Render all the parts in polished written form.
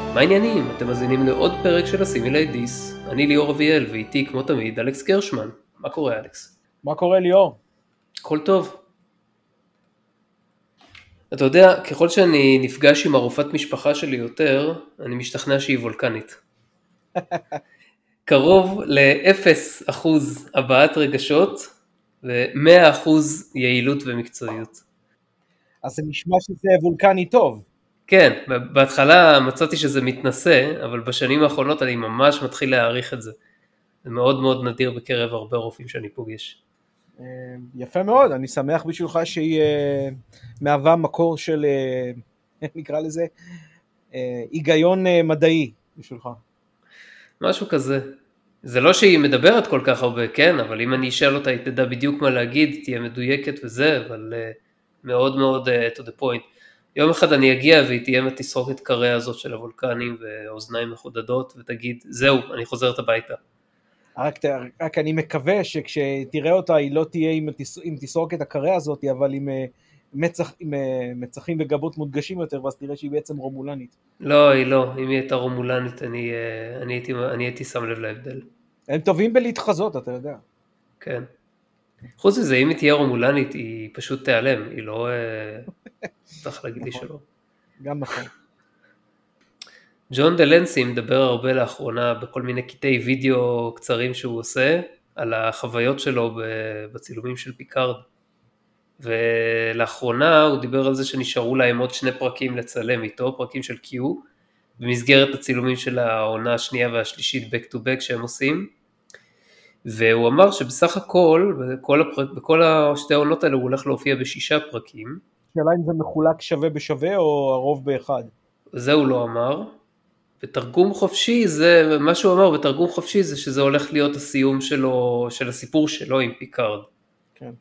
מה העניינים? אתם מזינים לעוד פרק של הסימילי דיס. אני ליאור אביאל, ואיתי כמו תמיד אלכס גרשמן. מה קורה אלכס? מה קורה ליאור? הכל טוב. אתה יודע, ככל שאני נפגש עם הרופאת משפחה שלי יותר, אני משתכנע שהיא וולקנית. קרוב ל-0% הבעת רגשות, ו-100% יעילות ומקצועיות. אז זה נשמע שזה וולקני טוב. כן, בהתחלה מצאתי שזה מתנסה, אבל בשנים האחרונות אני ממש מתחיל להעריך את זה. זה מאוד מאוד נדיר בקרב הרבה רופאים שאני פוגש. יפה מאוד, אני שמח בשבילך שהיא מהווה מקור של, נקרא לזה, היגיון מדעי בשבילך. משהו כזה. זה לא שהיא מדברת כל כך הרבה, כן, אבל אם אני אשאל אותה, היא תדע בדיוק מה להגיד, תהיה מדויקת וזה, אבל מאוד מאוד to the point. יום אחד אני אגיע והיא תהיה מתסרוקת קרע הזאת של הוולקנים ואוזניים מחודדות, ותגיד, זהו, אני חוזרת הביתה. רק אני מקווה שכשתראה אותה היא לא תהיה עם תסרוקת הקרע הזאת, אבל עם מצחים וגבות מודגשים יותר, ואז תראה שהיא בעצם רומולנית. לא, היא לא. אם היא הייתה רומולנית, אני הייתי שם לב להבדל. הם טובים בלהתחזות, אתה יודע. כן. חוץ מזה, אם היא תהיה רומולנית, היא פשוט תיעלם. היא לא... צריך להגיד לי שלא. גם נכון. ג'ון דלנסי מדבר הרבה לאחרונה בכל מיני קטעי וידאו קצרים שהוא עושה, על החוויות שלו בצילומים של פיקארד. ולאחרונה הוא דיבר על זה שנשארו להם עוד 2 פרקים לצלם איתו, פרקים של Q, במסגרת הצילומים של העונה השנייה והשלישית back to back שהם עושים, והוא אמר שבסך הכל, בכל השתי העונות האלה הוא הולך להופיע ב6 פרקים. שאלה אם זה מחולק שווה בשווה או הרוב באחד? זה הוא לא אמר. בתרגום חופשי זה, מה שהוא אמר בתרגום חופשי זה שזה הולך להיות הסיום שלו, של הסיפור שלו עם פיקארד. כן.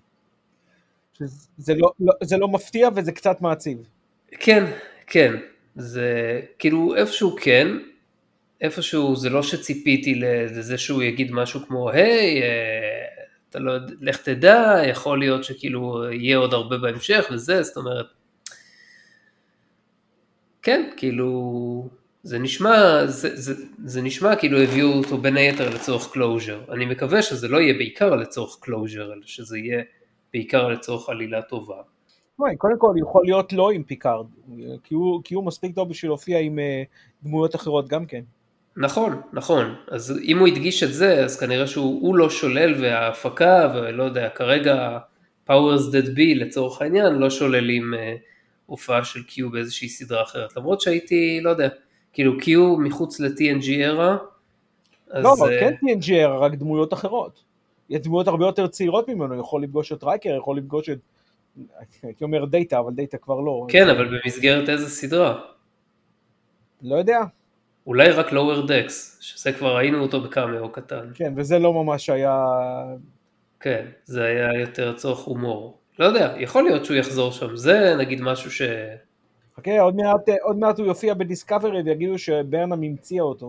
זה לא מפתיע וזה קצת מעציב. כן, כן. זה כאילו איפשהו כן, איפשהו זה לא שציפיתי לזה שהוא יגיד משהו כמו, היי, אתה לא, לך תדע, יכול להיות שכאילו יהיה עוד הרבה בהמשך וזה, זאת אומרת, כן, כאילו, זה נשמע כאילו הביאו אותו בין היתר לצורך קלוז'ר. אני מקווה שזה לא יהיה בעיקר לצורך קלוז'ר, אלא שזה יהיה בעיקר לצורך עלילה טובה. קודם כל, יכול להיות לא עם פיקארד, כי הוא מספיק טוב בשביל להופיע עם דמויות אחרות גם כן. נכון, נכון. אז אם הוא הדגיש את זה, אז כנראה שהוא לא שולל, וההפקה, ולא יודע, כרגע Powers That Be לצורך העניין, לא שוללים הופעה של Q באיזושהי סדרה אחרת. למרות שהייתי, לא יודע, כאילו Q מחוץ ל-TNG era. לא, אבל כן TNG era, רק דמויות אחרות. יש דמויות הרבה יותר צעירות ממנו, יכול לפגוש את רייקר, יכול לפגוש את, הייתי אומר דאטה, אבל דאטה כבר לא. כן, אבל במסגרת איזה סדרה? לא יודע. אולי רק Lower Decks, שזה כבר ראינו אותו בקאמאו קטן. כן, וזה לא ממש היה... כן, זה היה יותר צורך הומור. לא יודע, יכול להיות שהוא יחזור שם, זה נגיד משהו ש... חכה, עוד מעט הוא יופיע בדיסקאברי ויגידו שברנם המציאה אותו.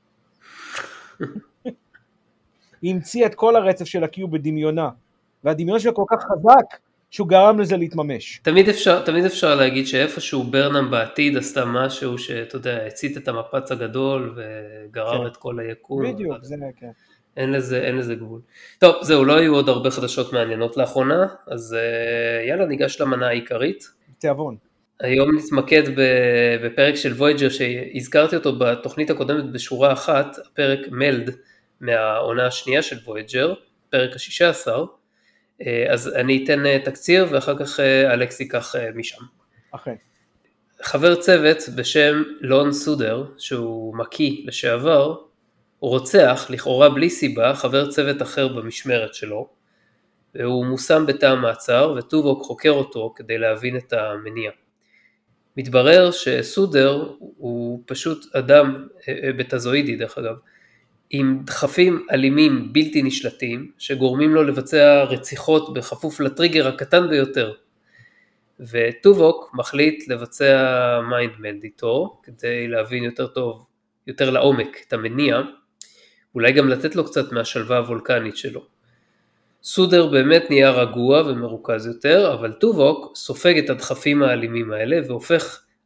היא המציאה את כל הרצף של הקיו בדמיונה, והדמיון שלה כל כך חזק שהוא גרם לזה להתממש. תמיד אפשר להגיד שאיפשהו ברנם בעתיד עשתה משהו שאתה יודע, הצית את המפץ הגדול וגרר כן. את כל היקום. בדיוק, זה כן. אין לזה גבול. טוב, זהו, לא היו עוד הרבה חדשות מעניינות לאחרונה, אז יאללה, ניגש למנה העיקרית. תיאבון. היום נתמקד בפרק של וויג'ר שהזכרתי אותו בתוכנית הקודמת בשורה אחת, הפרק מלד מהעונה השנייה של וויג'ר, פרק ה-16, אז אני אתן תקציר ואחר כך אלכס ייקח משם. אכן. חבר צוות בשם לון סודר, שהוא מקי לשעבר, הוא רוצח לכאורה בלי סיבה חבר צוות אחר במשמרת שלו, והוא מושם בתא המעצר וטובוק חוקר אותו כדי להבין את המניע. מתברר שסודר הוא פשוט אדם בטזואידי דרך אגב, עם דחפים אלימים בלתי נשלטים שגורמים לו לבצע רציחות בכפוף לטריגר הקטן ביותר. וטובוק מחליט לבצע מיינד מלד איתו כדי להבין יותר טוב, יותר לעומק את המניע, אולי גם לתת לו קצת מהשלווה הוולקנית שלו. סודר באמת נהיה רגוע ומרוכז יותר, אבל טובוק סופג את הדחפים האלימים האלה והופך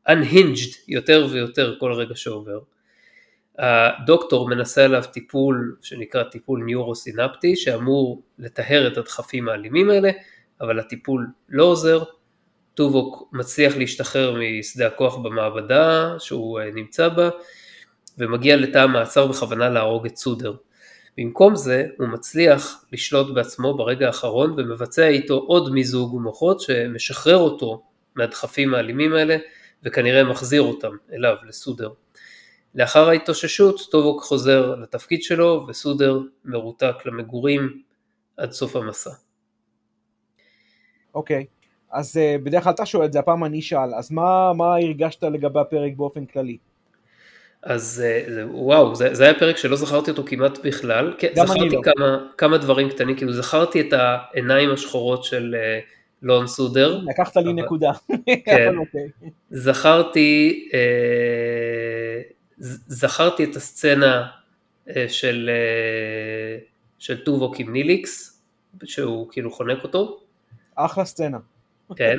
unhinged יותר ויותר כל רגע שעובר. הדוקטור מנסה עליו טיפול שנקרא טיפול ניורוסינפטי, שאמור לטהר את הדחפים האלימים האלה, אבל הטיפול לא עוזר. טובוק מצליח להשתחרר משדה הכוח במעבדה שהוא נמצא בה, ומגיע לתא המעצר בכוונה להרוג את סודר. במקום זה הוא מצליח לשלוט בעצמו ברגע האחרון, ומבצע איתו עוד מיזוג מוחות שמשחרר אותו מהדחפים האלימים האלה, וכנראה מחזיר אותם אליו, לסודר. לאחר ההתאוששות, טובוק חוזר לתפקיד שלו, וסודר מרותק למגורים עד סוף המסע. אוקיי, אז בדרך כלל אתה שואל את זה, הפעם אני שאל, אז מה הרגשת לגבי הפרק באופן כללי? אז וואו, זה היה פרק שלא זכרתי אותו כמעט בכלל, זכרתי כמה דברים קטנים, כאילו זכרתי את העיניים השחורות של לון סודר. לקחת לי נקודה. כן, זכרתי את הסצנה של טובוק עם ניליקס, שהוא כאילו חונק אותו. אחלה סצנה. כן,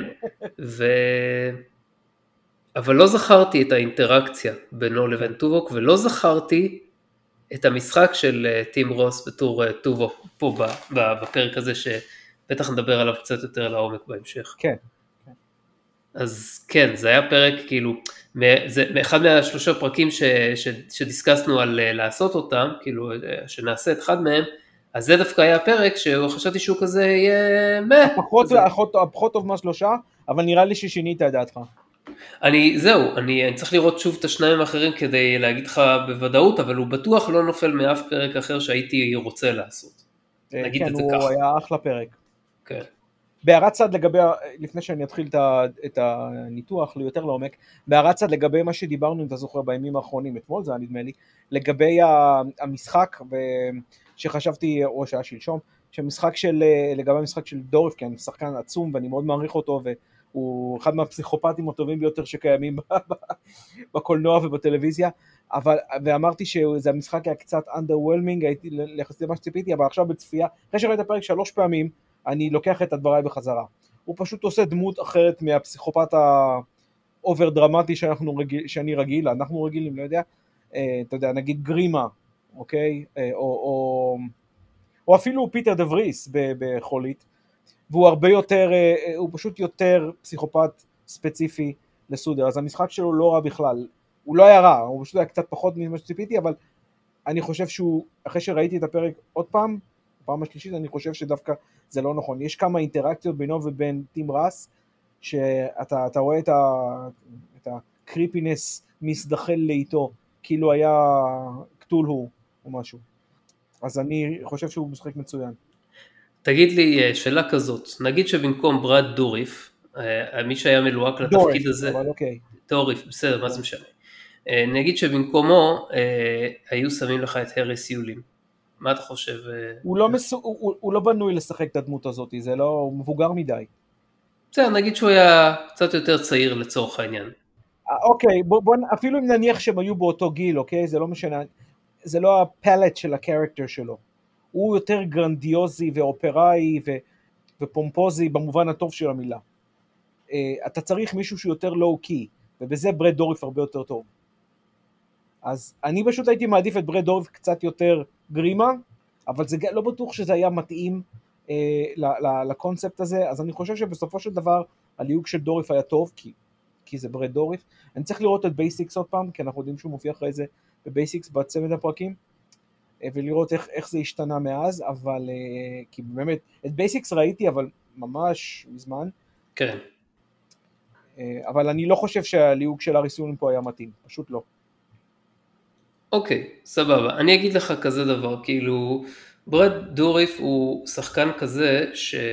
אבל לא זכרתי את האינטראקציה בינו לבין טובוק, ולא זכרתי את המשחק של טים רוס בתור טובוק פה בפרק הזה, שבטח נדבר עליו קצת יותר לעומק בהמשך. כן. אז כן, זה היה פרק כאילו, זה אחד מהשלושה פרקים שדיסקסנו על לעשות אותם, כאילו שנעשה את אחד מהם, אז זה דווקא היה פרק שחשבתי שהוא כזה יהיה פחות טוב מהשלושה, אבל נראה לי ששינית את דעתך. אני צריך לראות שוב את השניים האחרים כדי להגיד לך בוודאות, אבל הוא בטוח לא נופל מאף פרק אחר שהייתי רוצה לעשות. נגיד את זה ככה. הוא היה אחלה פרק. כן. בהערת צד לגבי, לפני שאני אתחיל את הניתוח ליותר לעומק, בהערת צד לגבי מה שדיברנו, אם אתה זוכר, בימים האחרונים, אתמול זה היה נדמה לי, לגבי המשחק, שחשבתי, או שהיה שלשום, לגבי המשחק של דורף, כי אני שחקן עצום ואני מאוד מעריך אותו, הוא אחד מהפסיכופטים הטובים ביותר שקיימים בקולנוע ובטלוויזיה, ואמרתי שזה המשחק היה קצת underwhelming, הייתי לחסית למה שציפיתי, אבל עכשיו בצפייה, אחרי שראיתי את הפרק 3 פעמים, אני לוקח את הדבריי בחזרה. הוא פשוט עושה דמות אחרת מהפסיכופת האובר דרמטי שאני רגיל, אנחנו רגילים, לא יודע, אתה יודע, נגיד גרימה, אוקיי, או אפילו פיטר דה וריס בחולית, והוא הרבה יותר, הוא פשוט יותר פסיכופת ספציפי לסודר, אז המשחק שלו לא רע בכלל, הוא לא היה רע, הוא פשוט היה קצת פחות ממה שציפיתי, אבל אני חושב שהוא, אחרי שראיתי את הפרק עוד פעם השלישית, אני חושב שדווקא זה לא נכון, יש כמה אינטראקציות בינו ובין טים רס, שאתה רואה את הקריפינס מסדחל לאיתו, כאילו היה קטול הוא או משהו, אז אני חושב שהוא משחק מצוין. תגיד לי שאלה כזאת, נגיד שבמקום ברד דוריף, מי שהיה מלוהק לתפקיד הזה, אבל אוקיי. דוריף, בסדר, מה זה משנה, נגיד שבמקומו היו שמים לך את הריס יולין, מה אתה חושב? הוא לא בנוי לשחק את הדמות הזאת, זה לא, הוא מבוגר מדי. בסדר, נגיד שהוא היה קצת יותר צעיר לצורך העניין. אוקיי, אפילו אם נניח שהם היו באותו גיל, אוקיי, זה לא משנה, זה לא הפלט של הקרקטר שלו. הוא יותר גרנדיוזי ואופראי ופומפוזי במובן הטוב של המילה. אתה צריך מישהו שהוא יותר לואו-קי, ובזה ברד דוריף הרבה יותר טוב. אז אני פשוט הייתי מעדיף את ברד דוריף קצת יותר גרימה, אבל זה לא בטוח שזה היה מתאים לקונספט הזה, אז אני חושב שבסופו של דבר הליהוק של דוריף היה טוב, כי זה ברד דוריף. אני צריך לראות את בייסיקס עוד פעם, כי אנחנו יודעים שהוא מופיע אחרי זה בבייסיקס בצמד הפרקים, ולראות איך זה השתנה מאז, אבל כי באמת, את בייסיקס ראיתי, אבל ממש מזמן. כן. אבל אני לא חושב שהליהוק של הריסונים פה היה מתאים, פשוט לא. אוקיי, סבבה. אני אגיד לך כזה דבר, כאילו, ברד דוריף הוא שחקן כזה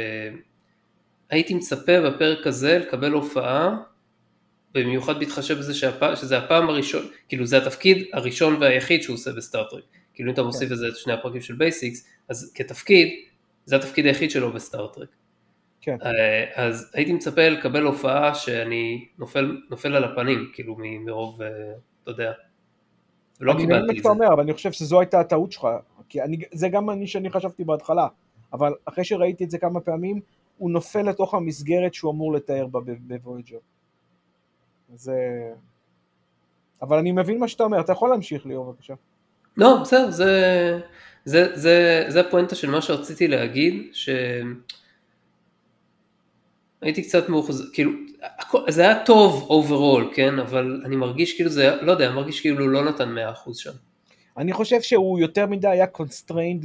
שהייתי מצפה בפרק הזה לקבל הופעה, במיוחד בהתחשב בזה שזה הפעם הראשון, כאילו זה התפקיד הראשון והיחיד שהוא עושה בסטארטרק. כאילו אם אתה מוסיף את זה את שני הפרקים של בייסיקס, אז כתפקיד, זה התפקיד היחיד שלו בסטארטרק. כן. אז הייתי מצפה לקבל הופעה שאני נופל על הפנים, כאילו מרוב, אתה יודע. לא קיבלתי את זה. אבל אני חושב שזו הייתה הטעות שלך, כי זה גם שאני חשבתי בהתחלה, אבל אחרי שראיתי את זה כמה פעמים, הוא נופל לתוך המסגרת שהוא אמור לתאר בה בוויג'ר. אז, אבל אני מבין מה שאתה אומר, אתה יכול להמשיך ליאור בבקשה. לא, בסדר, זה הפואנטה של מה שרציתי להגיד, שהייתי קצת מאוחז, כאילו, זה היה טוב אוברול, כן, אבל אני מרגיש כאילו זה, לא יודע, מרגיש כאילו לא נתן 100% שם. אני חושב שהוא יותר מדי היה constrained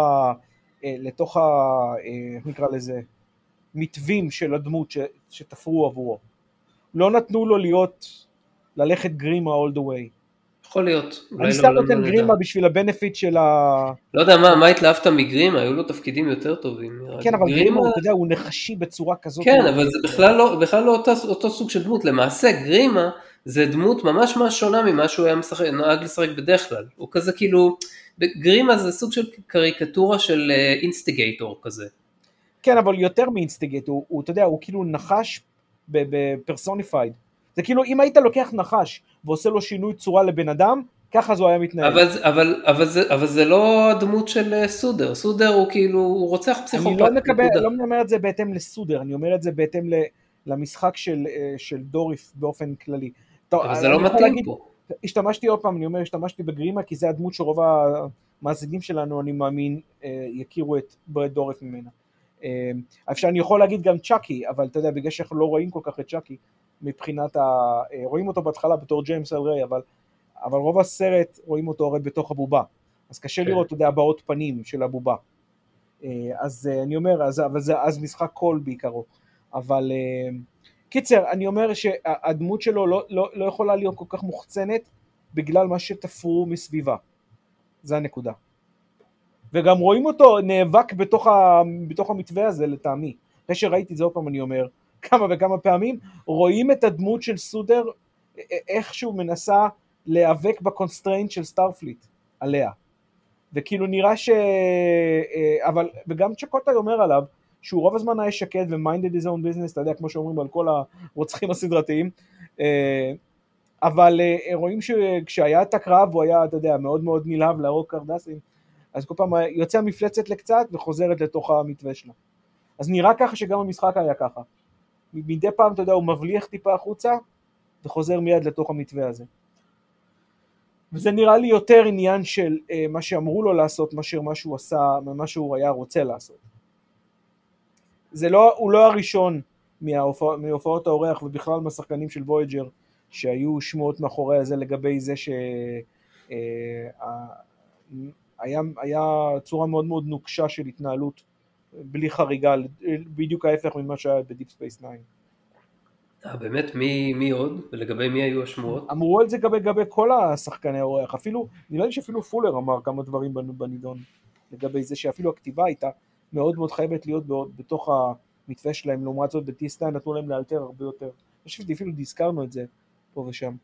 לתוך איך נקרא לזה, מתווים של הדמות שתפרו עבורו. לא נתנו לו ללכת גרימה all the way. יכול להיות, אני אולי סתם לא נותן נדע. גרימה בשביל הבנפיט של לא יודע מה התלהבת מגרימה, היו לו תפקידים יותר טובים. כן, אבל גרימה, אתה יודע, הוא נחשי בצורה כזאת. כן, אבל זה בכלל לא אותו סוג של דמות. למעשה, גרימה זה דמות ממש שונה ממה שהוא היה נוהג לשחק בדרך כלל. הוא כזה כאילו, גרימה זה סוג של קריקטורה של אינסטיגייטור כזה. כן, אבל יותר מאינסטיגייטור, אתה יודע, הוא כאילו נחש בפרסוניפייד. זה כאילו, אם היית לוקח נחש ועושה לו שינוי צורה לבן אדם, ככה זו היה מתנהל. אבל זה לא הדמות של סודר. סודר הוא כאילו, הוא רוצח פסיכופת. אני לא אומר את זה בהתאם לסודר, אני אומר את זה בהתאם למשחק של דוריף באופן כללי. אבל זה לא מתאים פה. השתמשתי עוד פעם, אני אומר, השתמשתי בגרימה, כי זה הדמות שרוב המאזינים שלנו, אני מאמין, יכירו את דוריף ממנה. אפשר, אני יכול להגיד גם צ'אקי, אבל אתה יודע, בגלל שאנחנו לא רואים כל כך את צ'אקי, מבחינת רואים אותו בהתחלה בתור ג'יימס אל ריי, אבל רוב הסרט רואים אותו הרי בתוך הבובה, אז קשה לראות, אתה יודע, הבעות פנים של הבובה. אז אני אומר, אז משחק קול בעיקרו, אבל קיצר, אני אומר שהדמות שלו לא יכולה להיות כל כך מוחצנת, בגלל מה שתפרו מסביבה, זה הנקודה. וגם רואים אותו נאבק בתוך המתווה הזה לטעמי, אחרי שראיתי את זה עוד פעם אני אומר, כמה וכמה פעמים, רואים את הדמות של סודר, איכשהו מנסה להיאבק בקונסטריינט של סטארפליט עליה, וכאילו נראה אבל, וגם צ'קוטה אומר עליו, שהוא רוב הזמן היה שקט ו-minded his own business, אתה יודע, כמו שאומרים על כל הרוצחים הסדרתיים, אבל רואים שכשהיה את הקרב, הוא היה, אתה יודע, מאוד מאוד נלהב להרוג קרדסים, אז כל פעם יוצא המפלצת לקצת וחוזרת לתוך המתווה שלה. אז נראה ככה שגם המשחק היה ככה. מדי פעם, אתה יודע, הוא מבליח טיפה החוצה, וחוזר מיד לתוך המתווה הזה. וזה נראה לי יותר עניין של מה שאמרו לו לעשות, מאשר מה שהוא עשה, מה שהוא היה רוצה לעשות. הוא לא הראשון מהופעות האורח, ובכלל מהשחקנים של וויג'ר, שהיו שמועות מאחורי הזה לגבי זה היה צורה מאוד מאוד נוקשה של התנהלות בלי חריגה, בדיוק ההפך ממה שהיה בדיפ ספייס 9. באמת, מי עוד? ולגבי מי היו השמועות? אמרו את זה לגבי כל השחקני האורח, אפילו, נראה לי שאפילו פולר אמר כמה דברים בנידון, לגבי זה שאפילו הכתיבה הייתה מאוד מאוד חייבת להיות בתוך המתווה שלהם, לעומת זאת בטיסטה נתנו להם לאלתר הרבה יותר, אני חושב שאפילו דיסקרנו את זה פה ושם.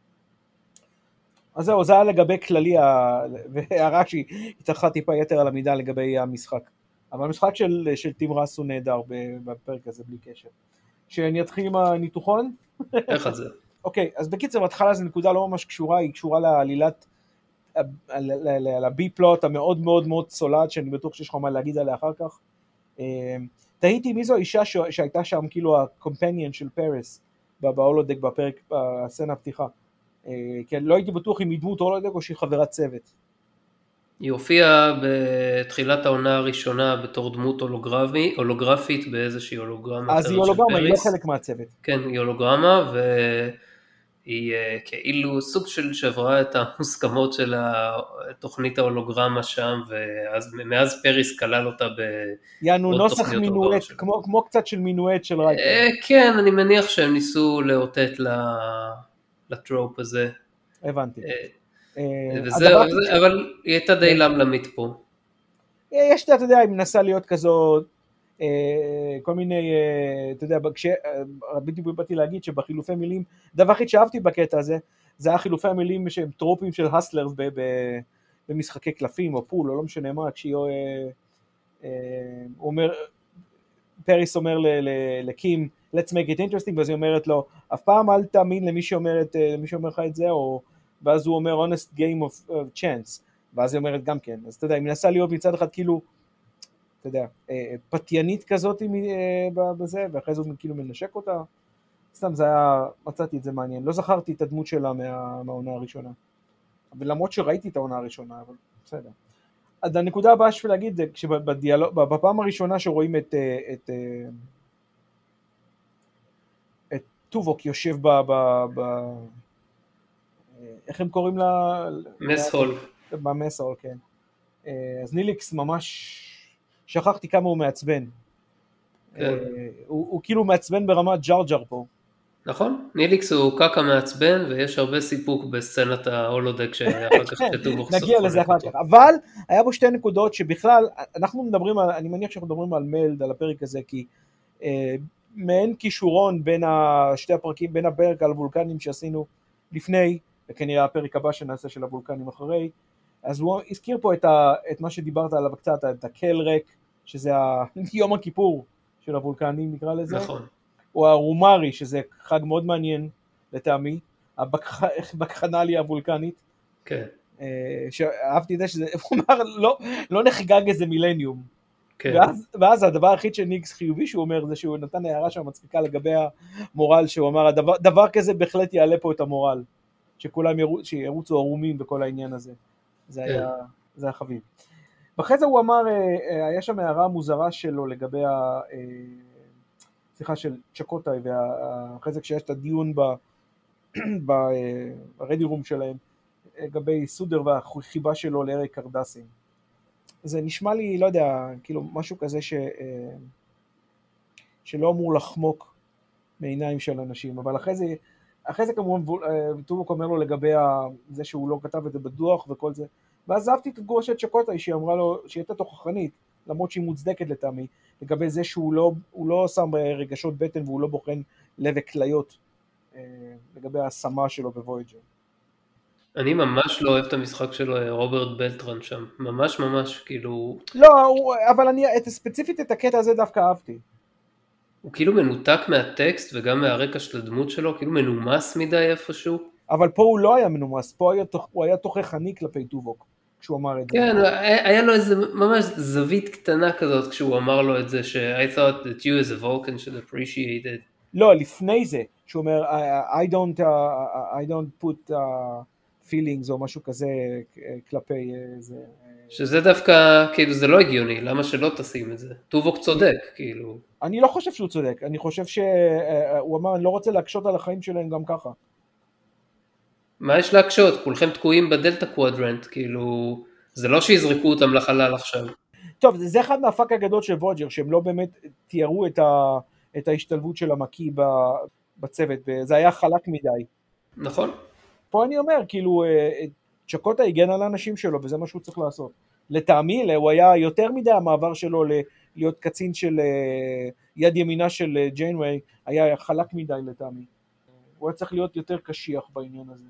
אז זהו, זה היה לגבי כללי, והערה שהיא התארחה טיפה יתר על המידה לגבי המשחק. אבל המשחק של טים רס הוא נהדר בפרק הזה בלי קשר. שאני אתחיל עם הניתוחון? איך את זה? אוקיי, אז בקיצר, בהתחלה זו נקודה לא ממש קשורה, היא קשורה לעלילת, לבי פלוט המאוד מאוד מאוד סולד, שאני בטוח שיש לך מה להגיד עליה אחר כך. תהיתי מי זו האישה שהייתה שם, כאילו הקומפניון של פריס, בהולודק בפרק, בסצנה הפתיחה. כן, לא הייתי בטוח אם היא דמות הולודק או שהיא חברת צוות. היא הופיעה בתחילת העונה הראשונה בתור דמות הולוגרפית באיזושהי הולוגרמה. אז היא הולוגרמה, היא לא חלק מהצוות. כן, היא הולוגרמה, והיא כאילו סוג של שברה את המוסכמות של התוכנית ההולוגרמה שם, ומאז פריס כלל אותה יענו נוסח מינואט, כמו קצת של מינואט של רייטר. כן, אני מניח שהם ניסו לאותת לטרופ הזה. הבנתי. וזהו, אבל היא הייתה די למלמית פה. יש, אתה יודע, היא מנסה להיות כזאת, כל מיני, אתה יודע, בדיוק באתי להגיד שבחילופי מילים, דבר הכי שאהבתי בקטע הזה, זה היה חילופי המילים שהם טרופים של הסלרס במשחקי קלפים או פול, או לא משנה מה, פריס אומר לקים, let's make it interesting, ואז היא אומרת לו, אף פעם אל תאמין למי שאומר לך את זה, ואז הוא אומר honest game of chance, ואז היא אומרת גם כן, אז אתה יודע, היא מנסה להיות מצד אחד כאילו, אתה יודע, פתיינית כזאת בזה, ואחרי זה הוא כאילו מנשק אותה, סתם זה היה, מצאתי את זה מעניין, לא זכרתי את הדמות שלה מהעונה הראשונה, ולמרות שראיתי את העונה הראשונה, אבל בסדר. אז הנקודה הבאה שביל להגיד זה, בפעם הראשונה שרואים את טובוק יושב איך הם קוראים לה? מס הול. במס הול, כן. אז ניליקס ממש, שכחתי כמה הוא מעצבן. כן. הוא כאילו מעצבן ברמת ג'רג'ר פה. נכון, ניליקס הוא קקה מעצבן, ויש הרבה סיפוק בסצנת ההולודק שאחר כך שטובוק סוף. נגיע לזה אחר כך, אבל היה בו שתי נקודות שבכלל, אנחנו מדברים על, אני מניח שאנחנו מדברים על מלד, על הפרק הזה, כי מעין קישורון בין שתי הפרקים, בין הפרק על וולקנים שעשינו לפני, וכנראה הפרק הבא שנעשה של הוולקנים אחרי, אז הוא הזכיר פה את מה שדיברת עליו קצת, את הקלרק, שזה יום הכיפור של הוולקנים נקרא לזה, נכון. או הרומרי, שזה חג מאוד מעניין לטעמי, הבקחנליה הוולקנית, כן. שאהבתי את זה, שזה, הוא אמר, לא נחגג איזה מילניום, כן. ואז הדבר הכי שניקס חיובי שהוא אומר, זה שהוא נתן הערה שם מצחיקה לגבי המורל, שהוא אמר, דבר כזה בהחלט יעלה פה את המורל, שכולם שירוצו ערומים בכל העניין הזה, זה היה חביב. ואחרי זה הוא אמר, היה שם הערה מוזרה שלו לגבי שיחה של צ'קוטאי, ואחרי זה כשיש את הדיון ברדי רום שלהם, לגבי סודר והחיבה שלו לאריק קרדסים. זה נשמע לי, לא יודע, כאילו משהו כזה שלא אמור לחמוק מעיניים של אנשים, אבל אחרי זה כמובן טובוק אומר לו לגבי זה שהוא לא כתב את זה בדוח וכל זה, ואז אהבתי את התגובה של צ'קוטאי שהיא אמרה לו שהיא הייתה תוכחנית, למרות שהיא מוצדקת לטעמי, לגבי זה שהוא לא שם רגשות בטן והוא לא בוחן לב וכליות, לגבי ההשמה שלו בוויג'ר. אני ממש לא אוהב את המשחק שלו, רוברט בלטרן שם, ממש ממש, כאילו... לא, אבל אני ספציפית את הקטע הזה דווקא אהבתי. הוא כאילו מנותק מהטקסט וגם מהרקע של הדמות שלו, כאילו מנומס מדי איפשהו. אבל פה הוא לא היה מנומס, פה הוא היה תוכחני כלפי טובוק, כשהוא אמר את זה. כן, היה לו איזה ממש זווית קטנה כזאת כשהוא אמר לו את זה, I thought that you as a Vulcan should appreciate it. לא, לפני זה, שהוא אומר, I don't put feelings או משהו כזה כלפי זה. שזה דווקא, כאילו זה לא הגיוני, למה שלא תשים את זה? טובוק צודק, כאילו. אני לא חושב שהוא צודק, אני חושב שהוא אמר, אני לא רוצה להקשות על החיים שלהם גם ככה. מה יש להקשות? כולכם תקועים בדלטה קוואדרנט, כאילו, זה לא שיזרקו אותם לחלל עכשיו. טוב, זה אחד מהפאק הגדול של וויג'ר, שהם לא באמת תיארו את ההשתלבות של המקי בצוות, וזה היה חלק מדי. נכון. פה אני אומר, כאילו, צ'קוטה הגן על האנשים שלו, וזה מה שהוא צריך לעשות. לטעמי, הוא היה יותר מדי המעבר שלו להיות קצין של יד ימינה של ג'יינווי, היה חלק מדי לטעמי. הוא היה צריך להיות יותר קשיח בעניין הזה.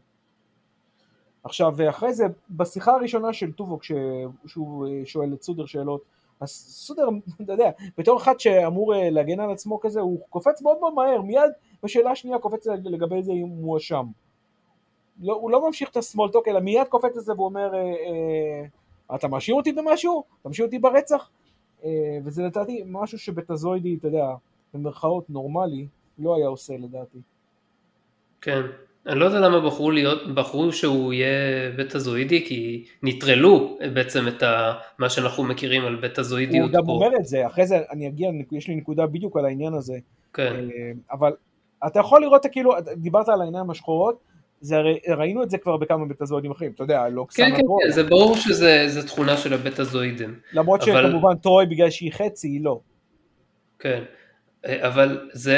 עכשיו, אחרי זה, בשיחה הראשונה של טובוק, שהוא שואל את סודר שאלות, אז סודר, אתה יודע, בתור אחד שאמור להגן על עצמו כזה, הוא קופץ מאוד מאוד מהר, מיד בשאלה השנייה קופץ לגבי זה אם הוא מואשם. הוא לא ממשיך את הסמולטוק, אלא מיד קופץ את זה והוא אומר, אתה משאיר אותי במשהו? אתה משאיר אותי ברצח? וזה לדעתי משהו שבטזוידי, אתה יודע, במרכאות נורמלי, לא היה עושה לדעתי. כן. אני לא יודע למה בחרו שהוא יהיה בטזואידי, כי נטרלו בעצם את מה שאנחנו מכירים על בטזואידיות. הוא גם אומר את זה, אחרי זה אני אגיע, יש לי נקודה בדיוק על העניין הזה. כן. אבל אתה יכול לראות, כאילו, דיברת על העיניים השחורות, ראינו את זה כבר בכמה בטזואידים אחרים, אתה יודע, לא קסנה טרוי. כן, זה ברור שזה תכונה של הבטזואידים. למרות שכמובן טרוי בגלל שהיא חצי, היא לא. כן, אבל זה...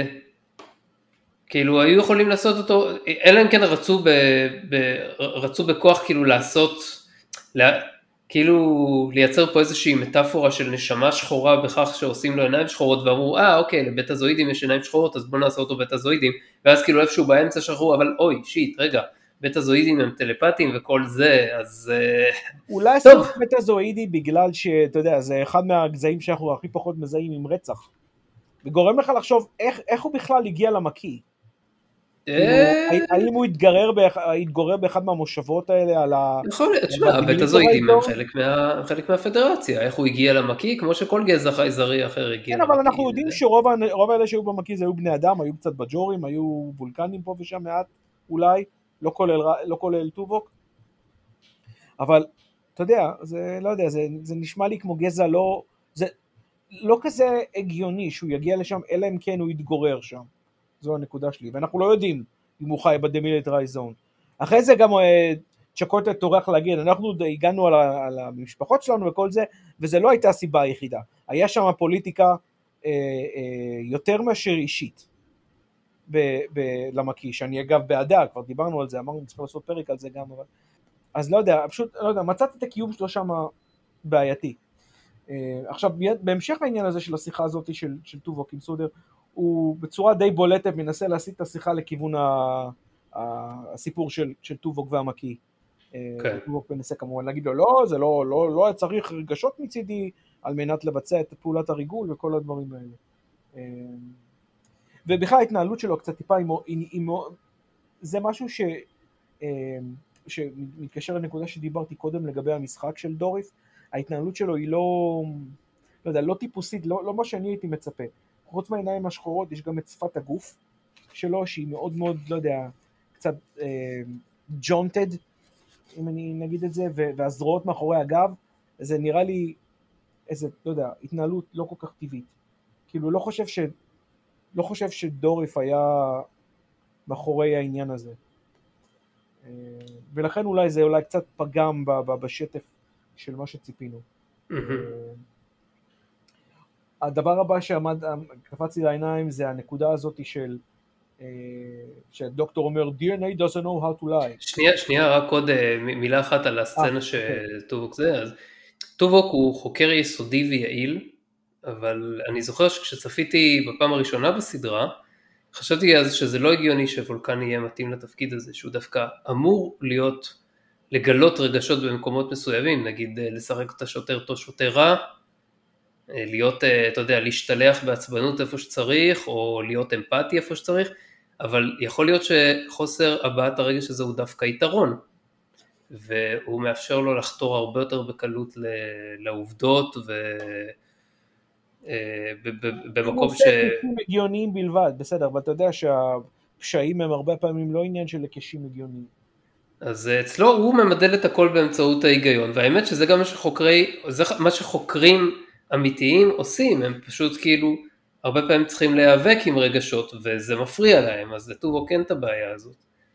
כאילו היו יכולים לעשות אותו, אלא אם כן רצו בכוח כאילו לעשות, כאילו לייצר פה איזושהי מטאפורה של נשמה שחורה בכך שעושים לו עיניים שחורות, ואמרו, אוקיי, לבטזואידים יש עיניים שחורות, אז בוא נעשה אותו בטזואידים, ואז כאילו איפשהו באמצע שחרו, אבל אוי, שיט, רגע, בטזואידים הם טלפתיים וכל זה, אז... אולי עשו בטזואידי בגלל שאתה יודע, זה אחד מהגזעים שאנחנו הכי פחות מזהים עם רצח, וגורם לך לחשוב איך הוא בכלל הגיע למקיא. כאילו, האם הוא התגורר באחד מהמושבות האלה על ה... יכול להיות, תשמע, הבטזואידים הם חלק מהפדרציה, איך הוא הגיע למקיא, כמו שכל גזע חייזרי אחר הגיע למקיא. כן, אבל אנחנו למקיא. יודעים שרוב האלה שהיו במקיא זה היו בני אדם, היו קצת בג'ורים, היו וולקנים פה ושם מעט, אולי, לא כולל טובוק. אבל, אתה יודע, לא יודע, זה נשמע לי כמו גזע לא כזה הגיוני שהוא יגיע לשם, אלא אם כן הוא יתגורר שם. זו הנקודה שלי, ואנחנו לא יודעים אם הוא חי בדמילטרייז זון. אחרי זה גם צ'קוטה טורח להגיד, אנחנו הגענו על המשפחות שלנו וכל זה, וזה לא הייתה הסיבה היחידה. היה שם פוליטיקה יותר מאשר אישית למקיא, שאני אגב בעדה, כבר דיברנו על זה, אמרנו צריכים לעשות פרק על זה גם, אבל... אז לא יודע, פשוט, לא יודע, מצאתי את הקיום שלו שם בעייתי. עכשיו, בהמשך העניין הזה של השיחה הזאת של טובוק עם סודר, הוא בצורה די בולטת מנסה להסיט את השיחה לכיוון הסיפור של טובוק והמקיא. טובוק מנסה כמובן להגיד לו, לא, זה לא היה צריך רגשות מצידי על מנת לבצע את פעולת הריגול וכל הדברים האלה. ובכלל ההתנהלות שלו קצת טיפה, זה משהו שמתקשר לנקודה שדיברתי קודם לגבי המשחק של דוריף, ההתנהלות שלו היא לא טיפוסית, לא מה שאני הייתי מצפה. חוץ מהעיניים השחורות, יש גם את שפת הגוף שלו, שהיא מאוד מאוד, לא יודע, קצת ג'ונטד, אם אני נגיד את זה, והזרועות מאחורי הגב, זה נראה לי איזה, לא יודע, התנהלות לא כל כך טבעית. כאילו, לא חושב שדוריף היה מאחורי העניין הזה. ולכן אולי זה קצת פגם בשטף של מה שציפינו. הדבר הבא קפץ לי לעיניים זה הנקודה הזאת שהדוקטור אומר, DNA doesn't know how to lie. שנייה, רק עוד מילה אחת על הסצנה שטובוק זה, אז טובוק הוא חוקר יסודי ויעיל, אבל אני זוכר שכשצפיתי בפעם הראשונה בסדרה, חשבתי אז שזה לא הגיוני שוולקן יהיה מתאים לתפקיד הזה, שהוא דווקא אמור לגלות רגשות במקומות מסוימים, נגיד לשחק את השוטר טוב שוטר רע, להיות, אתה יודע, להשתלח בעצבנות איפה שצריך, או להיות אמפתי איפה שצריך, אבל יכול להיות שחוסר הבעת הרגש הזה הוא דווקא יתרון, והוא מאפשר לו לחתור הרבה יותר בקלות לעובדות, במקום ש... הם הגיוניים בלבד, בסדר, אבל אתה יודע שהפשעים הם הרבה פעמים לא עניין של לקשים הגיוניים. אז אצלו הוא ממדל את הכל באמצעות ההיגיון, והאמת שזה גם מה שחוקרים אמיתיים עושים, הם פשוט כאילו הרבה פעמים צריכים להיאבק עם רגשות, וזה מפריע להם, אז לטובוק אין את הבעיה הזאת.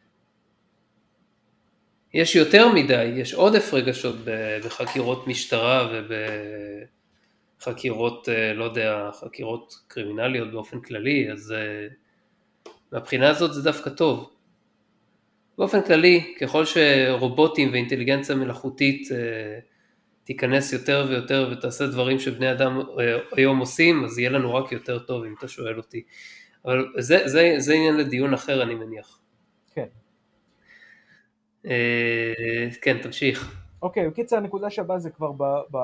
יש יותר מדי, יש עודף רגשות בחקירות משטרה ובחקירות, לא יודע, חקירות קרימינליות באופן כללי, אז מהבחינה הזאת זה דווקא טוב. באופן כללי, ככל שרובוטים ואינטליגנציה מלאכותית תיכנס יותר ויותר ותעשה דברים שבני אדם היום עושים, אז יהיה לנו רק יותר טוב אם אתה שואל אותי. אבל זה עניין לדיון אחר אני מניח. כן. כן, תמשיך. אוקיי, בקיצר הנקודה שהבאה זה כבר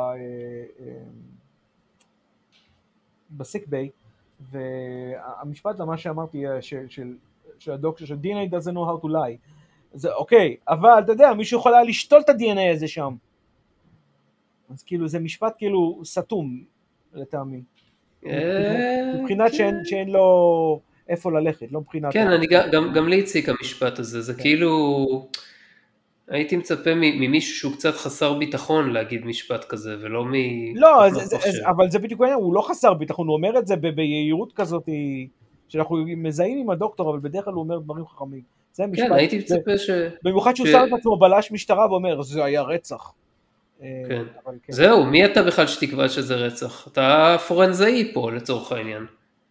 בסיק ביי, והמשפט למה שאמרתי שהדוקטור של DNA doesn't know how to lie, זה אוקיי, אבל אתה יודע, מישהו יכול היה לשתול את ה-DNA הזה שם. אז כאילו זה משפט כאילו סתום לטעמי. מבחינת שאין לו איפה ללכת, לא מבחינת... כן, גם לי הציק המשפט הזה, זה כאילו... הייתי מצפה ממישהו שהוא קצת חסר ביטחון להגיד משפט כזה, ולא מ... לא, אבל זה בדיוק העניין, הוא לא חסר ביטחון, הוא אומר את זה ביהירות כזאת, שאנחנו מזהים עם הדוקטור, אבל בדרך כלל הוא אומר דברים חכמים. זה משפט... כן, הייתי מצפה במיוחד שהוא שם את עצמו בלש משטרה ואומר, זה היה רצח. כן. זהו, מי אתה בכלל שתקבע שזה רצח? אתה פורנזאי פה לצורך העניין.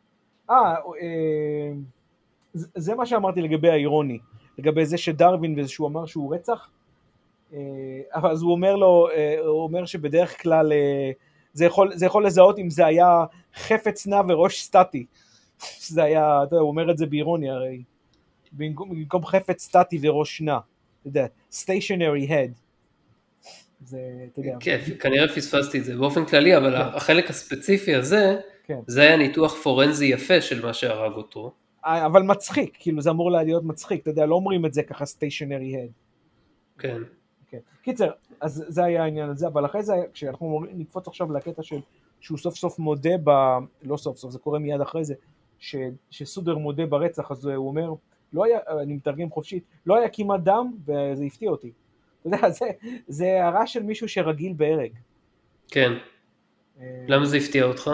זה מה שאמרתי לגבי האירוני, לגבי זה שדרווין וזה שהוא אמר שהוא רצח, אבל אז הוא אומר לו, הוא אומר שבדרך כלל זה יכול לזהות אם זה היה חפץ נע וראש סטטי, זה היה, אתה יודע, הוא אומר את זה באירוניה הרי, במקום חפץ סטטי וראש נע, אתה יודע, stationary head, זה, אתה יודע. כן, כנראה פספסתי את זה באופן כללי, אבל החלק הספציפי הזה, זה היה ניתוח פורנזי יפה של מה שהרג אותו. אבל מצחיק, כאילו זה אמור להיות מצחיק, אתה יודע, לא אומרים את זה ככה stationary head. כן. כן. קיצר, אז זה היה העניין הזה, אבל אחרי זה, כשאנחנו נקפוץ עכשיו לקטע שהוא סוף סוף מודה, לא סוף סוף, זה קורה מיד אחרי זה, שסודר מודה ברצח, אז הוא אומר, לא היה, אני מתרגם חופשית, לא היה כמעט דם, וזה הפתיע אותי. אתה יודע, זה הערה של מישהו שרגיל בהרג. כן. למה זה הפתיע אותך?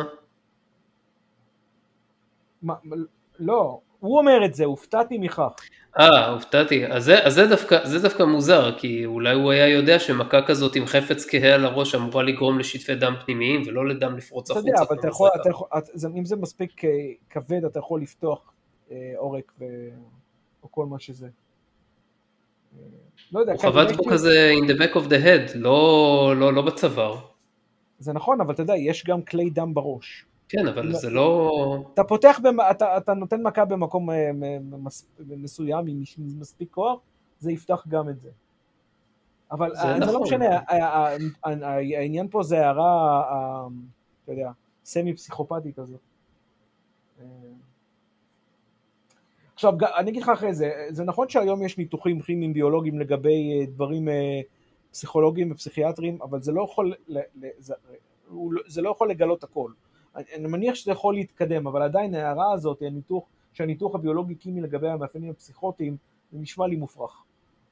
לא, הוא אומר את זה, הופתעתי מכך. הופתעתי. אז זה דווקא מוזר, כי אולי הוא היה יודע שמכה כזאת עם חפץ כהה על הראש אמורה לגרום לשטפי דם פנימיים, ולא לדם לפרוץ החוצה. אתה יודע, אבל אם זה מספיק כבד, אתה יכול לפתוח עורק או כל מה שזה. לא יודע. הוא חבט בו כזה in the back of the head, לא בצוואר. זה נכון, אבל אתה יודע, יש גם כלי דם בראש. כן, אבל זה לא... אתה פותח, אתה נותן מכה במקום מסוים, עם מספיק כוח, זה יפתח גם את זה. אבל זה לא משנה, העניין פה זה הערה, אתה יודע, סמי פסיכופתית הזאת. עכשיו, אני אגיד לך אחרי זה, זה נכון שהיום יש ניתוחים כימיים ביולוגיים לגבי דברים פסיכולוגיים ופסיכיאטריים, אבל זה לא יכול לגלות הכל. אני מניח שזה יכול להתקדם, אבל עדיין ההערה הזאת, שהניתוח הביולוגי-קימי לגבי המאפיינים הפסיכוטיים, זה נשמע לי מופרך.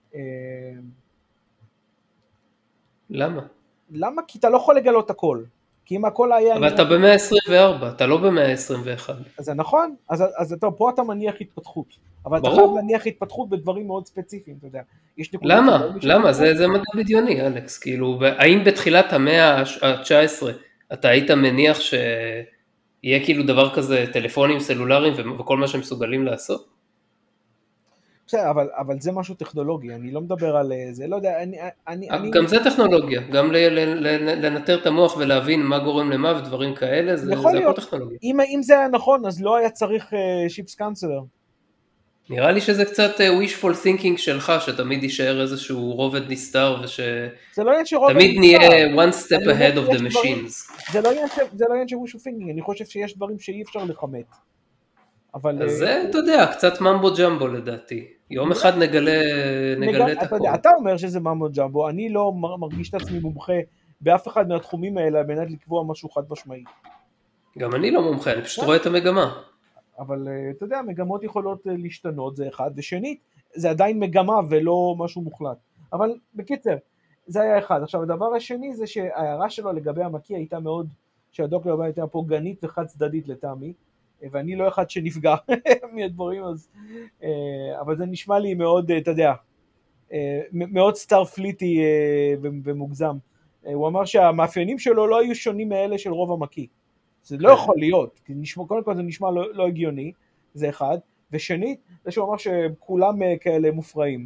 למה? למה? כי אתה לא יכול לגלות הכל. כי אם הכל היה... אבל אתה במאה ה-24, אתה לא במאה ה-21. אז זה נכון, אז פה אתה מניח התפתחות. אבל אתה חייב להניח התפתחות בדברים מאוד ספציפיים, אתה יודע. למה? זה מדע בדיוני, אלכס. כאילו, האם בתחילת המאה ה-19 אתה היית מניח שיהיה כאילו דבר כזה טלפונים סלולריים וכל מה שהם מסוגלים לעשות? בסדר, אבל זה משהו טכנולוגי, אני לא מדבר על זה, לא יודע, גם זה טכנולוגיה, גם לנטר את המוח ולהבין מה גורם למה ודברים כאלה, זה הכל טכנולוגיה. אם זה היה נכון, אז לא היה צריך שיפס קאנסלר. נראה לי שזה קצת wishful thinking שלך, שתמיד יישאר איזשהו רובד נסתר, ושתמיד נהיה one step ahead of the machines. זה לא עניין של wishful thinking, אני חושב שיש דברים שאי אפשר לכמת. אז זה, אתה יודע, קצת ממבו ג'מבו לדעתי. יום אחד נגלה את הכל. אתה אומר שזה ממבו ג'מבו, אני לא מרגיש את עצמי מומחה באף אחד מהתחומים האלה, על מנת לקבוע משהו חד משמעי. גם אני לא מומחה, אני פשוט רואה את המגמה. אבל אתה יודע, מגמות יכולות להשתנות, זה אחד, ושנית, זה עדיין מגמה ולא משהו מוחלט. אבל בקיצר, זה היה אחד. עכשיו, הדבר השני זה שההערה שלו לגבי המקיא הייתה מאוד, שהדוקטור הייתה פה גנית וחד צדדית לטעמי, ואני לא אחד שנפגע מהדברים, אבל זה נשמע לי מאוד, אתה יודע, מאוד סטארפליטי ומוגזם. הוא אמר שהמאפיינים שלו לא היו שונים מאלה של רוב המקיא. זה לא יכול להיות, כי קודם כל זה נשמע לא הגיוני, זה אחד, ושנית, זה שהוא אמר שכולם כאלה מופרעים.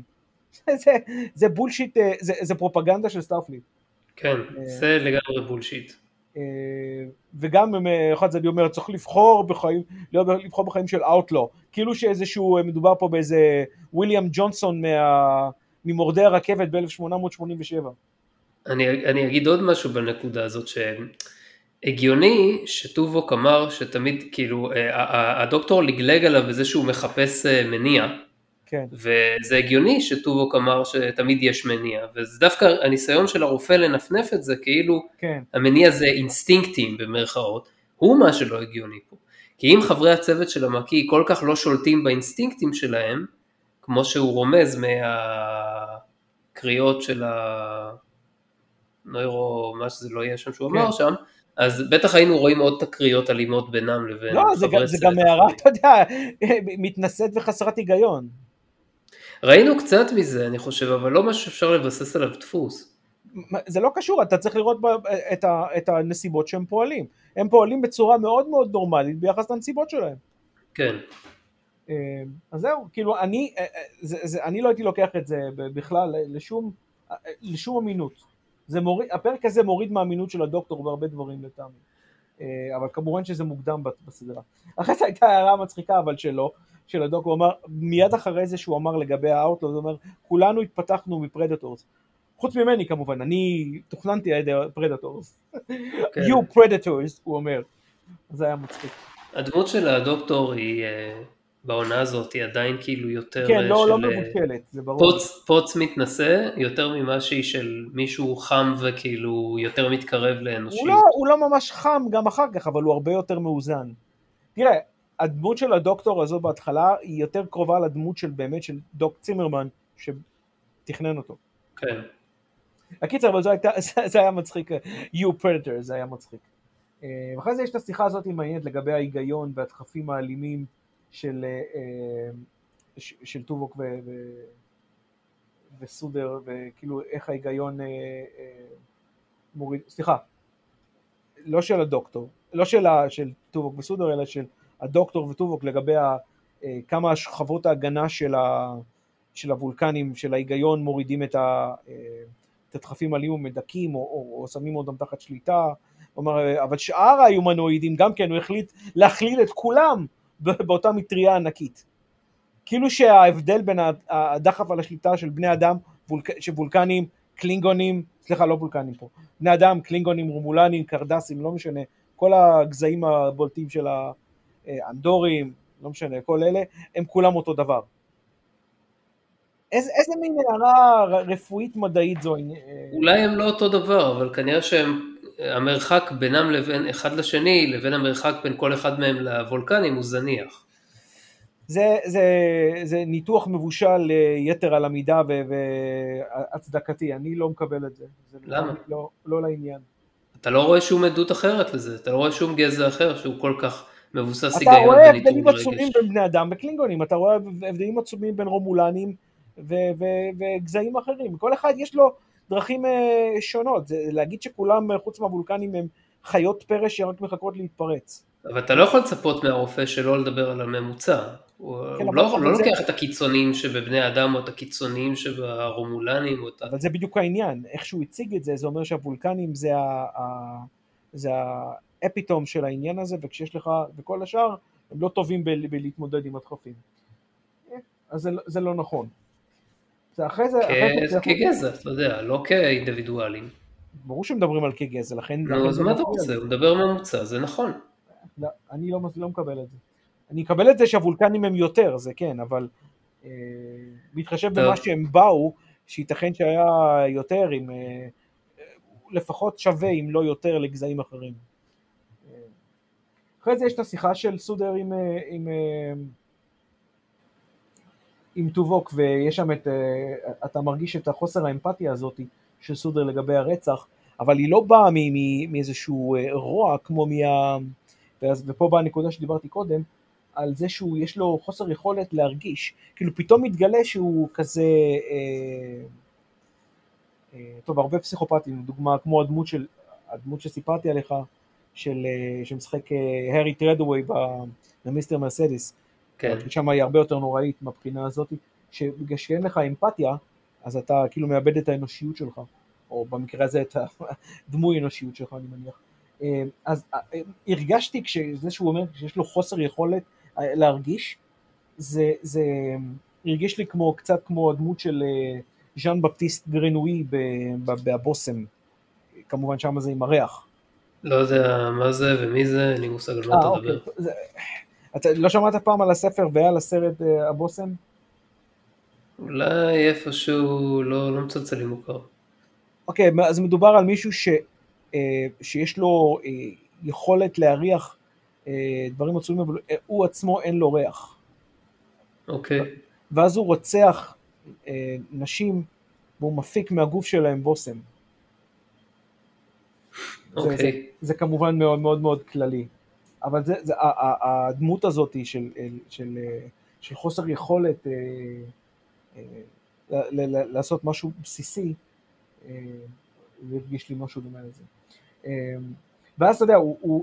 זה בולשיט, זה פרופגנדה של סטארפליט. כן, זה לגמרי בולשיט. וגם אחד זה אני אומר, צריך לבחור בחיים של אאוטלו, כאילו שאיזשהו, מדובר פה באיזה וויליאם ג'ונסון ממורדי הרכבת ב-1887. אני אגיד עוד משהו בנקודה הזאת, שהגיוני שטובוק אמר שתמיד, כאילו, הדוקטור לגלג עליו בזה שהוא מחפש מניע, כן. וזה הגיוני שטובוק אמר שתמיד יש מניע, וזה דווקא הניסיון של הרופא לנפנף את זה, כאילו כן. המניע זה אינסטינקטים במרכאות, הוא מה שלא הגיוני פה, כי אם חברי הצוות של המקיא כל כך לא שולטים באינסטינקטים שלהם, כמו שהוא רומז מהקריאות של הנוירו, מה שזה לא יהיה שם שהוא אמר שם, אז בטח היינו רואים עוד תקריות אלימות בינם לבין חברי הצוות. זה גם הערה, אתה יודע, מתנשאת וחסרת היגיון. ראינו קצת מזה, אני חושב, אבל לא משהו שאפשר לבסס עליו דפוס. זה לא קשור, אתה צריך לראות את הנסיבות שהם פועלים. הם פועלים בצורה מאוד מאוד נורמלית ביחס לנסיבות שלהם. כן. אז זהו, כאילו, אני לא הייתי לוקח את זה בכלל לשום אמינות. הפרק הזה מוריד מהאמינות של הדוקטור בהרבה דברים לטעמי. אבל כמובן שזה מוקדם בסדרה. אחרי זה הייתה הערה מצחיקה, אבל שלא. של הדוק, הוא אמר, מיד אחרי זה שהוא אמר לגבי האוטלו, הוא אומר, כולנו התפתחנו מפרדטורס. חוץ ממני כמובן, אני תוכננתי על ידי פרדטורס. You predators, הוא אומר. זה היה מצחיק. הדמות של הדוקטור היא בעונה הזאת היא עדיין כאילו יותר כן, לא של מבושלת, זה ברור. פוץ מתנשא, יותר ממה שהיא של מישהו חם וכאילו יותר מתקרב לאנושיות. הוא לא ממש חם גם אחר כך, אבל הוא הרבה יותר מאוזן. תראה, הדמות של הדוקטור הזו בהתחלה היא יותר קרובה לדמות של באמת של דוק צימרמן שתכנן אותו. כן. הקיצר, אבל זה היה מצחיק, You Predator, זה היה מצחיק. ואחרי זה יש את השיחה הזאת מעניינת לגבי ההיגיון והדחפים האלימים של טובוק וסודר, וכאילו איך ההיגיון מוריד, סליחה, לא של הדוקטור, לא של טובוק וסודר, אלא של הדוקטור וטובוק לגבי כמה שכבות ההגנה של הוולקנים, של ההיגיון מורידים את הדחפים האלימים מדכאים או שמים אותם תחת שליטה. אבל שאר ההומנואידים גם כן הוא החליט להכליל את כולם באותה מטריה ענקית. כאילו שההבדל בין הדחף על השליטה של בני אדם, שוולקנים, קלינגונים, סליחה, לא וולקנים פה, בני אדם, קלינגונים, רומולנים, קרדסים, לא משנה, כל הגזעים הבולטים של האנדורים, לא משנה, כל אלה, הם כולם אותו דבר. איזה מין הערה רפואית מדעית זו? אולי הם לא אותו דבר, אבל כנראה שהמרחק בינם לבין אחד לשני, לבין המרחק בין כל אחד מהם לוולקנים הוא זניח. זה ניתוח מבושל יתר על המידה והצדקתי, אני לא מקבל את זה. למה? לא לעניין. אתה לא רואה שום עדות אחרת לזה, אתה לא רואה שום גזע אחר שהוא כל כך מבוסס היגיון היגיון וניטור רגש. אתה רואה הבדלים עצומים בין בני אדם וקלינגונים, אתה רואה הבדלים עצומים בין רומולנים וגזעים אחרים, כל אחד יש לו דרכים שונות, להגיד שכולם חוץ מהוולקנים הם חיות פרא שרק מחכות להתפרץ. אבל אתה לא יכול לצפות מהרופא שלא לדבר על הממוצע, הוא לא לוקח את הקיצוניים שבבני אדם או את הקיצוניים שברומולנים. אבל זה בדיוק העניין, איך שהוא הציג את זה, זה אומר שהוולקנים זה האפיטום של העניין הזה, וכשיש לך, וכל השאר, הם לא טובים בלהתמודד עם הדחפים. אז זה לא נכון. כגזע, אתה יודע, לא כאינדיבידואלים. ברור שמדברים על כגזע, לכן... נו, אז מה אתה רוצה? הוא מדבר ממוצע, זה נכון. לא, אני לא מקבל את זה. אני אקבל את זה שהוולקנים הם יותר, זה כן, אבל מתחשב במה שהם באו, שייתכן שהיה יותר, לפחות שווה אם לא יותר לגזעים אחרים. אחרי זה יש את השיחה של סודר עם טובוק, ויש שם אתה מרגיש את החוסר האמפתיה הזאת של סודר לגבי הרצח, אבל היא לא באה מאיזשהו רוע כמו ופה באה הנקודה שדיברתי קודם, על זה שיש לו חוסר יכולת להרגיש, כאילו פתאום מתגלה שהוא כזה, טוב, הרבה פסיכופטים, דוגמה כמו הדמות שסיפרתי עליך, שמשחק הרי טרדווי במיסטר מרסדיס, כן. שם היא הרבה יותר נוראית מהבחינה הזאת, שבגלל שאין לך אמפתיה, אז אתה כאילו מאבד את האנושיות שלך, או במקרה הזה את הדמוי אנושיות שלך, אני מניח. אז הרגשתי כשזה שהוא אומר שיש לו חוסר יכולת להרגיש, זה הרגיש לי קצת כמו הדמות של ז'אן בפטיסט גרנואי בבוסם, כמובן שם זה עם הריח. לא יודע מה זה ומי זה, אני מושג על מה אתה מדבר. אתה לא שמעת פעם על הספר ועל הסרט הבוסם? אולי איפשהו לא מצלצל לי מוכר. אוקיי, אז מדובר על מישהו שיש לו יכולת להריח דברים עצומים, אבל הוא עצמו אין לו ריח. אוקיי. ואז הוא רוצח נשים, והוא מפיק מהגוף שלהם בוסם. אוקיי. זה כמובן מאוד מאוד מאוד כללי. אבל הדמות הזאת של חוסר יכולת לעשות משהו בסיסי, זה הרגיש לי משהו דומה לזה. ואז אתה יודע,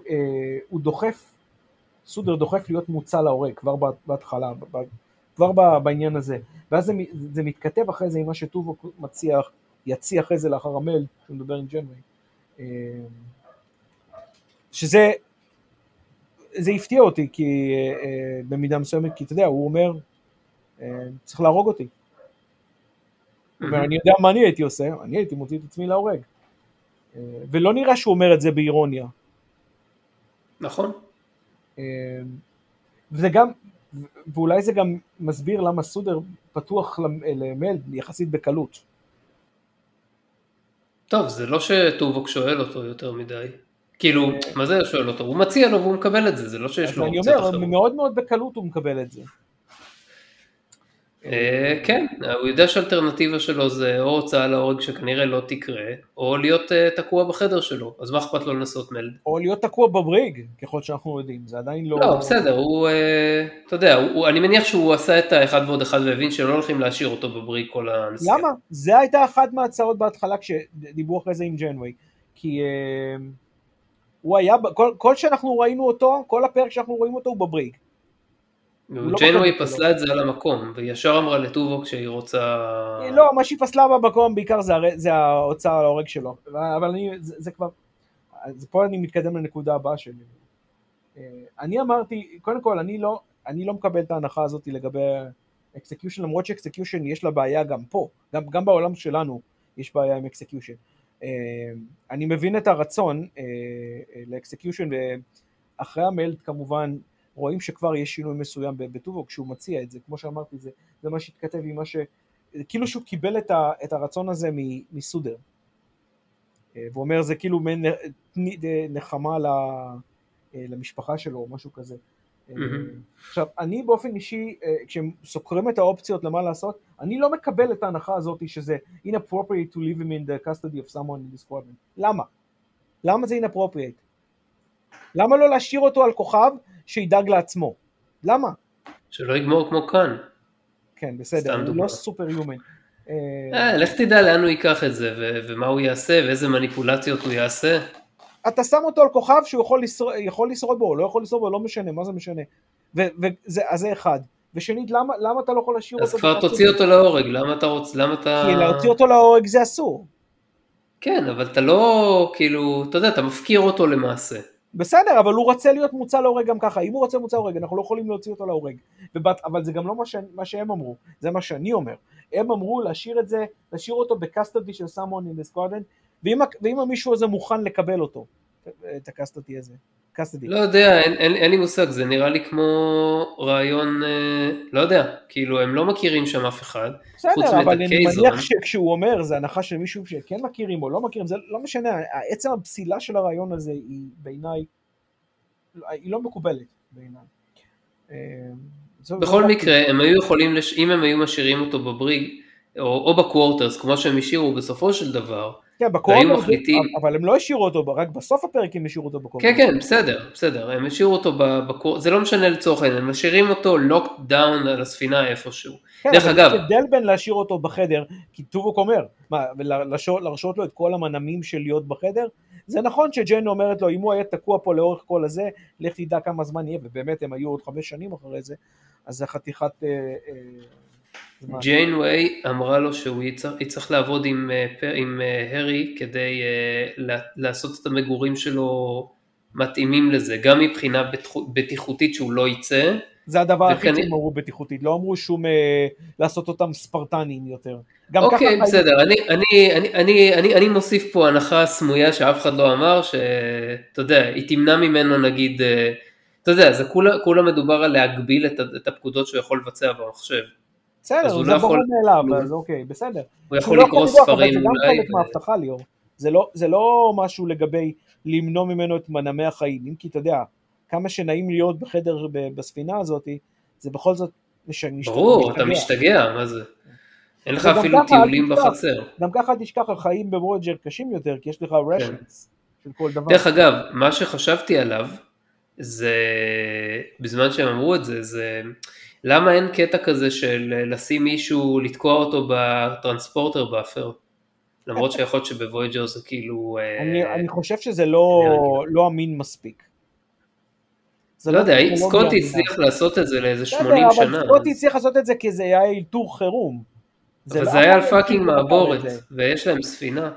סודר דוחף להיות מוצא להורג, כבר בהתחלה, כבר בעניין הזה. ואז זה מתכתב אחרי זה עם מה שטובו יציע אחרי זה לאחר המייל, שהוא מדבר עם ג'נווי. זה הפתיע אותי, כי במידה מסוימת, כי אתה יודע, הוא אומר, צריך להרוג אותי. הוא אומר, אני יודע מה אני הייתי עושה, אני הייתי מוציא את עצמי להורג. ולא נראה שהוא אומר את זה באירוניה. נכון. וזה גם, ואולי זה גם מסביר למה סודר פתוח למלד יחסית בקלות. טוב, זה לא שטובוק שואל אותו יותר מדי. כאילו, מה זה שואל אותו? הוא מציע לו והוא מקבל את זה, זה לא שיש לו אופציות אחרות. אני אומר, מאוד מאוד בקלות הוא מקבל את זה. כן, הוא יודע שהאלטרנטיבה שלו זה או הוצאה להורג שכנראה לא תקרה, או להיות תקוע בחדר שלו, אז מה אכפת לו לנסות מלד? או להיות תקוע בבריג, ככל שאנחנו יודעים, זה עדיין לא... לא, בסדר, אתה יודע, אני מניח שהוא עשה את האחד ועוד אחד והבין שלא הולכים להשאיר אותו בבריג כל הנסיעה. למה? זה הייתה אחת מההצעות בהתחלה כשדיברו אחרי זה עם ג'נווי, כי הוא היה, כל שאנחנו ראינו אותו, כל הפרק שאנחנו רואים אותו הוא בבריג. ג'יינווי פסלה את זה על המקום, וישר אמרה לטובוק שהיא רוצה... לא, מה שהיא פסלה במקום בעיקר זה ההוצאה על ההורג שלו, אבל זה כבר, פה אני מתקדם לנקודה הבאה שלי. אני אמרתי, קודם כל, אני לא מקבל את ההנחה הזאת לגבי אקסקיושן, למרות שאקסקיושן יש לה בעיה גם פה, גם בעולם שלנו יש בעיה עם אקסקיושן. אני מבין את הרצון לאקסקיושן, ואחרי המלד כמובן, רואים שכבר יש שינוי מסוים בטובוק כשהוא מציע את זה, כמו שאמרתי, זה מה שהתכתב עם מה כאילו שהוא קיבל את הרצון הזה מסודר. והוא אומר, זה כאילו נחמה למשפחה שלו, או משהו כזה. עכשיו, אני באופן אישי, כשהם סוקרים את האופציות למה לעשות, אני לא מקבל את ההנחה הזאת שזה inappropriate to leave him in the custody of someone in this quadrant. למה? למה זה inappropriate? למה לא להשאיר אותו על כוכב שידאג לעצמו? למה? שלא יגמור כמו כאן. כן, בסדר, הוא לא סופר יומן. לך תדע לאן הוא ייקח את זה, ומה הוא יעשה, ואיזה מניפולציות הוא יעשה. אתה שם אותו על כוכב שהוא יכול לשרוד בו, או לא יכול לשרוד בו, לא משנה, מה זה משנה? אז זה אחד. ושנית, למה אתה לא יכול להשאיר אותו? אז כבר תוציא אותו להורג, למה אתה רוצה, כי להוציא אותו להורג זה אסור. כן, אבל אתה לא, כאילו, אתה יודע, אתה מפקיר אותו למעשה. בסדר, אבל הוא רוצה להיות מוצא להורג גם ככה, אם הוא רוצה מוצא להורג, אנחנו לא יכולים להוציא אותו להורג, אבל זה גם לא מה שהם אמרו, זה מה שאני אומר, הם אמרו להשאיר אותו בקסטדי של someone in this garden, ואם המישהו הזה מוכן לקבל אותו, את הקסטדי הזה, קסטדי. לא יודע, אין לי מושג, זה נראה לי כמו רעיון, לא יודע, כאילו הם לא מכירים שם אף אחד, בסדר, אבל אני מניח שכשהוא אומר, זה הנחה של מישהו שכן מכירים או לא מכירים, זה לא משנה, עצם הפסילה של הרעיון הזה היא בעיניי, היא לא מקובלת בעיניי. בכל מקרה, הם היו יכולים, אם הם היו משאירים אותו בבריג, או בקוורטרס, כמו שהם השאירו בסופו של דבר, כן, בקוורטרס, אבל הם לא השאירו אותו, רק בסוף הפרק הם השאירו אותו בקוורטרס. כן, כן, בסדר, הם השאירו אותו בקוורטרס, זה לא משנה לצורך העניין, הם משאירים אותו לוק דאון על הספינה איפשהו. דרך אגב, יש הבדל בין להשאיר אותו בחדר, כי טובוק אומר, ולרשות לו את כל המנעמים של להיות בחדר, זה נכון שג'יין אומרת לו, אם הוא היה תקוע פה לאורך כל הזה, לך תדע כמה זמן יהיה, ובאמת הם היו עוד 5 שנים אחרי זה, אז זה חתיכת... ג'יין ווי אמרה לו שהוא יצטרך לעבוד עם הרי כדי לעשות את המגורים שלו מתאימים לזה, גם מבחינה בטיחותית שהוא לא יצא. זה הדבר הכי שהם אמרו בטיחותית, לא אמרו שום לעשות אותם ספרטניים יותר. אוקיי, בסדר, אני מוסיף פה הנחה סמויה שאף אחד לא אמר, שאתה יודע, היא תמנע ממנו נגיד, אתה יודע, זה כולה מדובר על להגביל את הפקודות שהוא יכול לבצע במחשב. בסדר, זה ברור מאליו, אז אוקיי, בסדר. הוא יכול לקרוא ספרים אולי. זה גם חלק מההבטחה ליאור. זה לא משהו לגבי למנוע ממנו את מנעמי החיים, אם כי אתה יודע, כמה שנעים להיות בחדר בספינה הזאת, זה בכל זאת משתגע. ברור, אתה משתגע, מה זה? אין לך אפילו טיולים בחצר. גם ככה תשכח, החיים בוויג'ר קשים יותר, כי יש לך רשנס של כל דבר. דרך אגב, מה שחשבתי עליו, זה, בזמן שהם אמרו את זה, זה... למה אין קטע כזה של לשים מישהו, לתקוע אותו בטרנספורטר באפר? למרות שיכול להיות שבוויג'ר זה כאילו... אני חושב שזה לא אמין מספיק. לא יודע, סקוטי הצליח לעשות את זה לאיזה 80 שנה. אבל סקוטי הצליח לעשות את זה כי זה היה אלתור חירום. אבל זה היה על פאקינג מעבורת, ויש להם ספינה.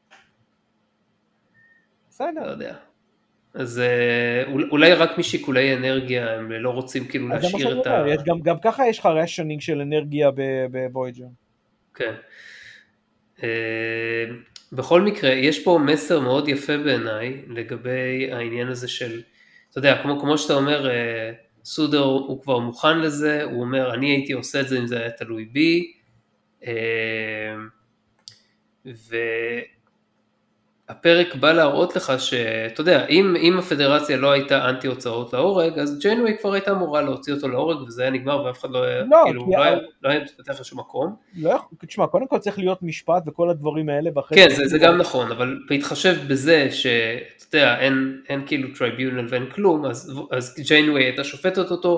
בסדר. לא יודע. אז אולי רק משיקולי אנרגיה, הם לא רוצים כאילו להשאיר את ה... גם ככה יש לך רשנינג של אנרגיה בוויג'ר. כן. בכל מקרה, יש פה מסר מאוד יפה בעיניי, לגבי העניין הזה של, אתה יודע, כמו שאתה אומר, סודר הוא כבר מוכן לזה, הוא אומר אני הייתי עושה את זה אם זה היה תלוי בי, והפרק בא להראות לך שאתה יודע, אם הפדרציה לא הייתה אנטי הוצאות להורג, אז ג'יינווי כבר הייתה אמורה להוציא אותו להורג, וזה היה נגמר ואף אחד לא היה, כאילו, לא היה מתפתח לשום מקום. תשמע, קודם כל צריך להיות משפט וכל הדברים האלה, כן, זה גם נכון, אבל בהתחשב בזה שאתה יודע, אין כאילו טריביונל ואין כלום, אז ג'יינווי הייתה שופטת אותו,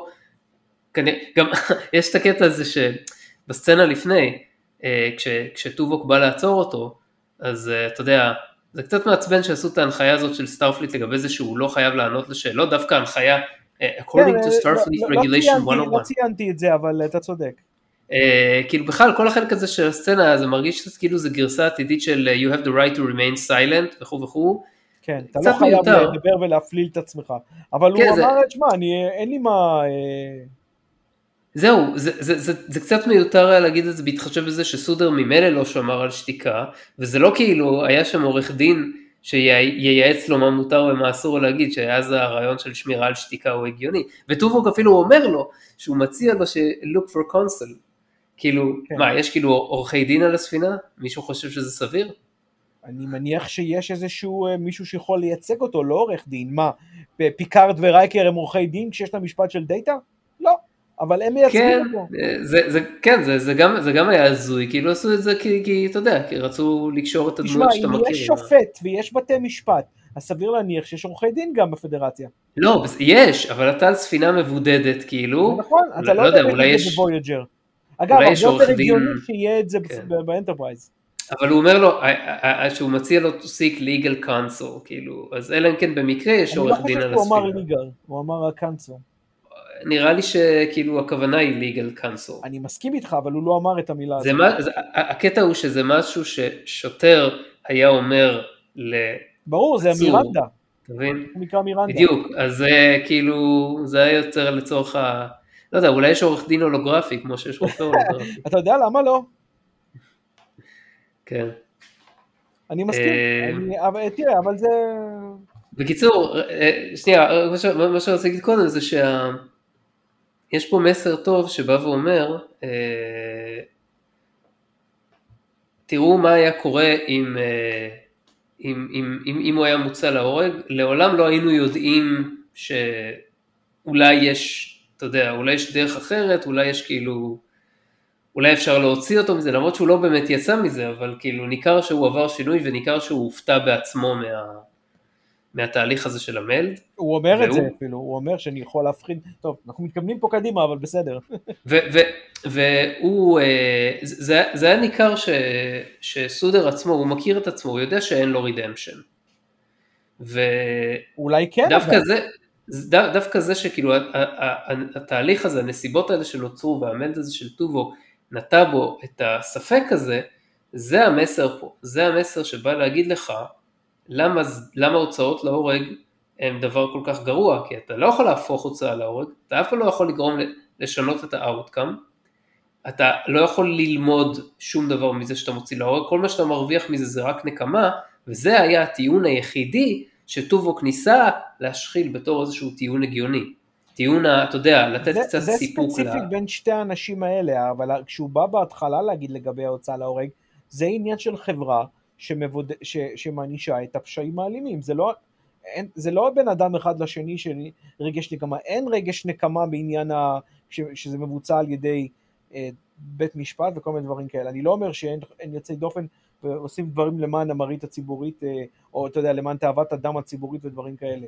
גם יש את הקטע הזה שבסצנה לפני, כשטובוק בא לעצור אותו, אז אתה יודע, זה קצת מעצבן שעשו את ההנחיה הזאת של סטארפליט לגבי זה שהוא לא חייב לענות לשאלות, דווקא ההנחיה, according to Starfleet Regulation 101. לא ציינתי את זה, אבל אתה צודק. כאילו בכלל, כל החלק הזה של הסצנה, זה מרגיש כאילו זה גרסה עתידית של you have the right to remain silent וכו' וכו'. כן, אתה לא חייב לדבר ולהפליל את עצמך. אבל הוא אמר, שמע, אין לי מה... זהו, זה קצת מיותר להגיד את זה, בהתחשב בזה שסודר ממילא לא שמר על שתיקה, וזה לא כאילו, היה שם עורך דין שייעץ לו מה מותר ומה אסור להגיד, שהיה זה הרעיון של שמירה על שתיקה הוא הגיוני, וטובוק אפילו אומר לו, שהוא מציע לו look for consul, כאילו, מה, יש כאילו עורכי דין על הספינה? מישהו חושב שזה סביר? אני מניח שיש איזשהו מישהו שיכול לייצג אותו, לא עורך דין, מה, פיקארד ורייקר הם עורכי דין כשיש להם משפט של דאטה? לא. אבל הם מייצגים אותו. כן, זה גם היה הזוי, כאילו עשו את זה כי אתה יודע, כי רצו לקשור את הדמות שאתה מכיר. תשמע, אם יש שופט ויש בתי משפט, אז סביר להניח שיש עורכי דין גם בפדרציה. לא, יש, אבל אתה על ספינה מבודדת, כאילו. נכון, אתה לא יודע, אולי יש... בוויג'ר. אגב, הרבה יותר הגיוני שיהיה את זה באנטרפרייז. אבל הוא אומר לו, שהוא מציע לו to seek legal counsel, כאילו, אז אלא אם כן במקרה יש עורך דין על הספינה. הוא אמר legal, הוא אמר counsel. נראה לי שכאילו הכוונה היא legal counsel. אני מסכים איתך, אבל הוא לא אמר את המילה הזאת. הקטע הוא שזה משהו ששוטר היה אומר ברור, זה מירנדה. תבין? הוא נקרא מירנדה. בדיוק, אז זה כאילו, זה היה יוצר לצורך לא יודע, אולי יש עורך דין הולוגרפי, כמו שיש רופא הולוגרפי. אתה יודע למה לא? כן. אני מסכים, תראה, אבל זה... בקיצור, שנייה, מה שאני רוצה להגיד קודם זה יש פה מסר טוב שבא ואומר, תראו מה היה קורה אם הוא היה מוצא להורג, לעולם לא היינו יודעים שאולי יש, אתה יודע, אולי יש דרך אחרת, אולי יש כאילו, אולי אפשר להוציא אותו מזה, למרות שהוא לא באמת יצא מזה, אבל כאילו ניכר שהוא עבר שינוי וניכר שהוא הופתע בעצמו מהתהליך הזה של המלד. הוא אומר את זה אפילו, הוא אומר שאני יכול להבחין, טוב, אנחנו מתכוונים פה קדימה, אבל בסדר. והוא, זה היה ניכר שסודר עצמו, הוא מכיר את עצמו, הוא יודע שאין לו רידמפשן. אולי כן. דווקא זה שכאילו התהליך הזה, הנסיבות האלה שנוצרו, והמלד הזה של טובוק, נטע בו את הספק הזה, זה המסר פה, זה המסר שבא להגיד לך, למה הוצאות להורג הם דבר כל כך גרוע, כי אתה לא יכול להפוך הוצאה להורג, אתה אף פעם לא יכול לגרום לשנות את האוטקאם, אתה לא יכול ללמוד שום דבר מזה שאתה מוציא להורג, כל מה שאתה מרוויח מזה זה רק נקמה, וזה היה הטיעון היחידי שטובוק ניסה להשחיל בתור איזשהו טיעון הגיוני. טיעון, אתה יודע, לתת קצת סיפוק. זה ספציפית בין שתי האנשים האלה, אבל כשהוא בא בהתחלה להגיד לגבי ההוצאה להורג, זה עניין של חברה שמענישה את הפשעים האלימים. זה לא בן אדם אחד לשני שרגש נקמה. אין רגש נקמה בעניין שזה מבוצע על ידי בית משפט וכל מיני דברים כאלה. אני לא אומר שאין יוצאי דופן ועושים דברים למען המרית הציבורית, או אתה יודע, למען תאוות הדם הציבורית ודברים כאלה.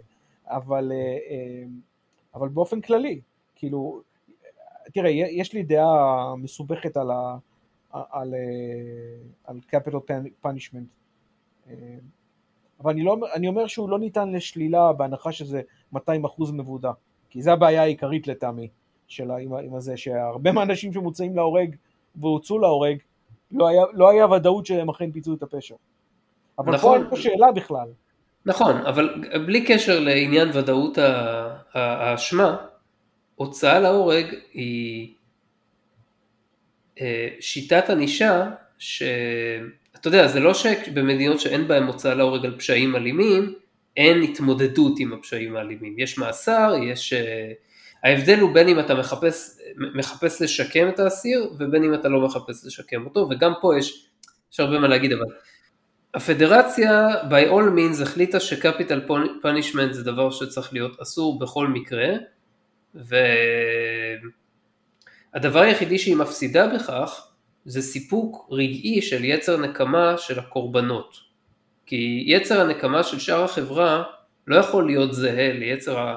אבל באופן כללי, כאילו, תראה, יש לי דעה מסובכת על capital punishment, אבל אני אומר שהוא לא ניתן לשלילה בהנחה שזה 200% מבודע, כי זה הבעיה העיקרית לטעמי עם הזה, שהרבה מהאנשים שמוצאים להורג והוצאו להורג, לא היה ודאות שהם אכן פיצו את הפשע. אבל נכון, פה אין פה שאלה בכלל. נכון, אבל בלי קשר לעניין ודאות האשמה, הוצאה להורג היא שיטת ענישה שאתה יודע, זה לא שבמדינות שאין בהן הוצאה להורג על פשעים אלימים, אין התמודדות עם הפשעים האלימים. יש מאסר, יש... ההבדל הוא בין אם אתה מחפש לשקם את האסיר, ובין אם אתה לא מחפש לשקם אותו, וגם פה יש הרבה מה להגיד, אבל הפדרציה by all means החליטה שקפיטל פונישמנט זה דבר שצריך להיות אסור בכל מקרה, והדבר היחידי שהיא מפסידה בכך, זה סיפוק רגעי של יצר נקמה של הקורבנות, כי יצר הנקמה של שאר החברה לא יכול להיות זהה ליצר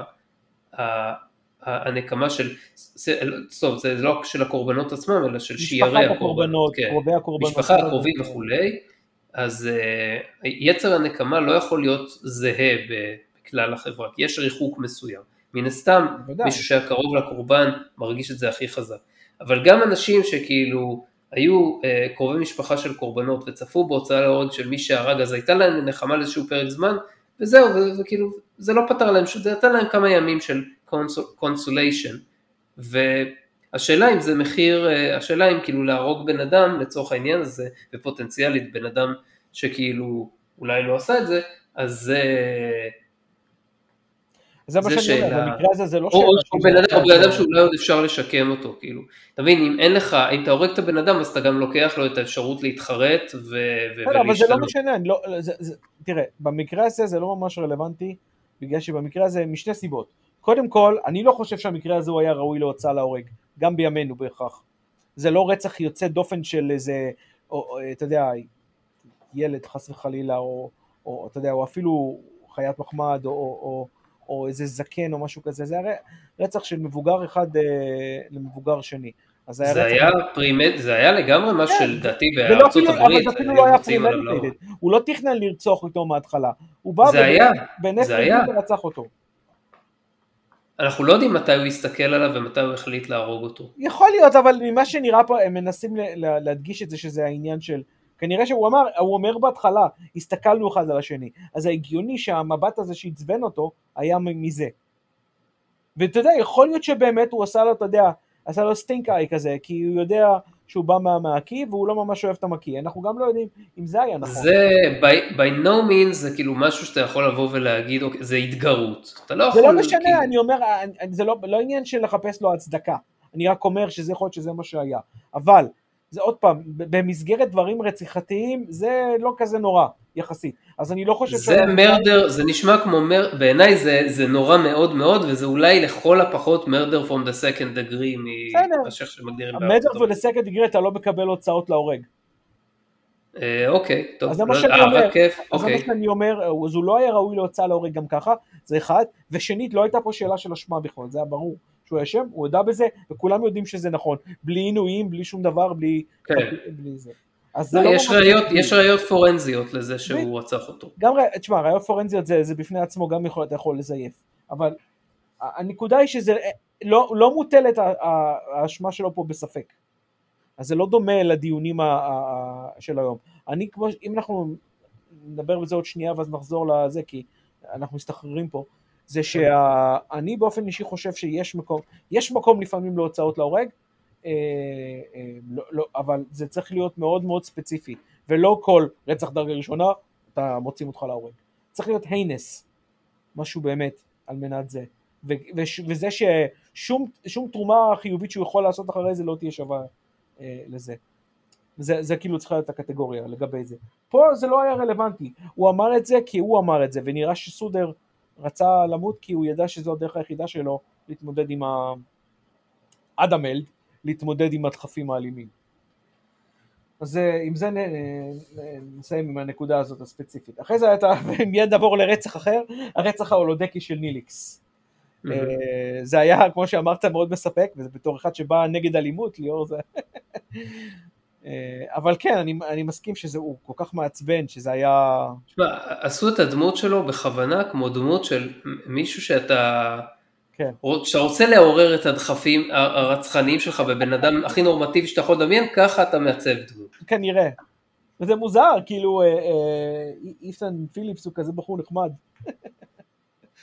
הנקמה של, טוב, זה לא של הקורבנות עצמם, אלא של שיירי הקורבנות, קרובי הקורבנות, משפחה הקרובים וכולי, אז יצר הנקמה לא יכול להיות זהה בכלל החברה, כי יש ריחוק מסוים, מן הסתם מישהו שהיה קרוב לקורבן מרגיש את זה הכי חזק, אבל גם אנשים שכאילו היו קרובי משפחה של קורבנות וצפו בהוצאה להורג של מי שהרג, אז הייתה להם נחמה לאיזשהו פרק זמן, וזהו, וכאילו זה לא פתר להם, זה נתן להם כמה ימים של קונסוליישן, והשאלה אם זה מחיר, השאלה אם כאילו להרוג בן אדם לצורך העניין הזה, ופוטנציאלית בן אדם שכאילו אולי לא עשה את זה, אז זה מה שאני אומר, במקרה הזה זה לא שאלה. או בן אדם שאולי עוד אפשר לשקם אותו, כאילו. תבין, אם אין לך, אם אתה הורג את הבן אדם, אז אתה גם לוקח לו את האפשרות להתחרט ולהשתנות. אבל זה לא משנה, תראה, במקרה הזה זה לא ממש רלוונטי, בגלל שבמקרה הזה משתי סיבות. קודם כל, אני לא חושב שהמקרה הזה הוא היה ראוי להוצאה להורג, גם בימינו בהכרח. זה לא רצח יוצא דופן של איזה, אתה יודע, ילד חס וחלילה, או אתה יודע, או אפילו חיית מחמד, או איזה זקן או משהו כזה, זה רצח של מבוגר אחד למבוגר שני. זה היה לגמרי משהו של דעתי בארצות הברית. אבל זה אפילו לא היה פרימדיטייטד, הוא לא תכנן לרצוח איתו מההתחלה, הוא בא בנס ורצח אותו. אנחנו לא יודעים מתי הוא יסתכל עליו ומתי הוא החליט להרוג אותו. יכול להיות, אבל ממה שנראה פה הם מנסים להדגיש את זה שזה העניין של, כנראה שהוא אומר בהתחלה, הסתכלנו אחד על השני, אז ההגיוני שהמבט הזה שהצבן אותו, היה מזה. ואתה יודע, יכול להיות שבאמת הוא עשה לו, אתה יודע, עשה לו סטינק איי כזה, כי הוא יודע שהוא בא מהמעקי, והוא לא ממש אוהב את המעקי, אנחנו גם לא יודעים אם זה היה נכון. זה, by no means, זה כאילו משהו שאתה יכול לבוא ולהגיד, זה התגרות. אתה לא יכול... זה לא משנה, אני אומר, זה לא עניין של לחפש לו הצדקה, אני רק אומר שזה יכול להיות שזה מה שהיה, אבל, זה עוד פעם, במסגרת דברים רציחתיים, זה לא כזה נורא, יחסית. אז אני לא חושב... זה מרדר, זה נשמע כמו בעיניי זה נורא מאוד מאוד, וזה אולי לכל הפחות murder from the second degree, מהשך שמגדירים בארצות הברית. murder from the second degree, אתה לא מקבל הוצאות להורג. אוקיי, טוב. אז זה מה שאני אומר, אז הוא לא היה ראוי להוצאה להורג גם ככה, זה אחד, ושנית, לא הייתה פה שאלה של אשמה בכלל, זה היה ברור. שהוא אשם, הוא יודע בזה, וכולם יודעים שזה נכון, בלי עינויים, בלי שום דבר, בלי זה. יש ראיות פורנזיות לזה שהוא רצח אותו. גם, תשמע, ראיות פורנזיות זה בפני עצמו, גם אתה יכול לזייף, אבל הנקודה היא שזה לא מוטלת האשמה שלו פה בספק, אז זה לא דומה לדיונים של היום. אם אנחנו נדבר בזה עוד שנייה, ואז נחזור לזה, כי אנחנו מסתחררים פה, זה שאני באופן אישי חושב שיש מקום לפעמים להוצאות להורג, אבל זה צריך להיות מאוד מאוד ספציפי, ולא כל רצח דרגה ראשונה, אתה מוצאים אותך להורג. צריך להיות הינס, משהו באמת, על מנת זה. וזה ששום תרומה חיובית שהוא יכול לעשות אחרי זה, לא תהיה שווה לזה. זה כאילו צריכה להיות הקטגוריה לגבי זה. פה זה לא היה רלוונטי. הוא אמר את זה כי הוא אמר את זה, ונראה שסודר רצה למות כי הוא ידע שזו הדרך היחידה שלו להתמודד עם אדמלד, להתמודד עם הדחפים האלימים. אז עם זה נסיים עם הנקודה הזאת הספציפית. אחרי זה מיד נעבור לרצח אחר, הרצח ההולודקי של ניליקס. זה היה, כמו שאמרת, מאוד מספק, וזה בתור אחד שבא נגד אלימות, ליאור זה. אבל כן, אני מסכים שזה הוא כל כך מעצבן, שזה היה... עשו את הדמות שלו בכוונה, כמו דמות של מישהו שאתה רוצה לעורר את הדחפים הרצחניים שלך, בבן אדם הכי נורמטיבי שאתה יכול לדמיין, ככה אתה מעצב דמות. כנראה. וזה מוזר, כאילו, אית'ן פיליפס הוא כזה בחור נחמד.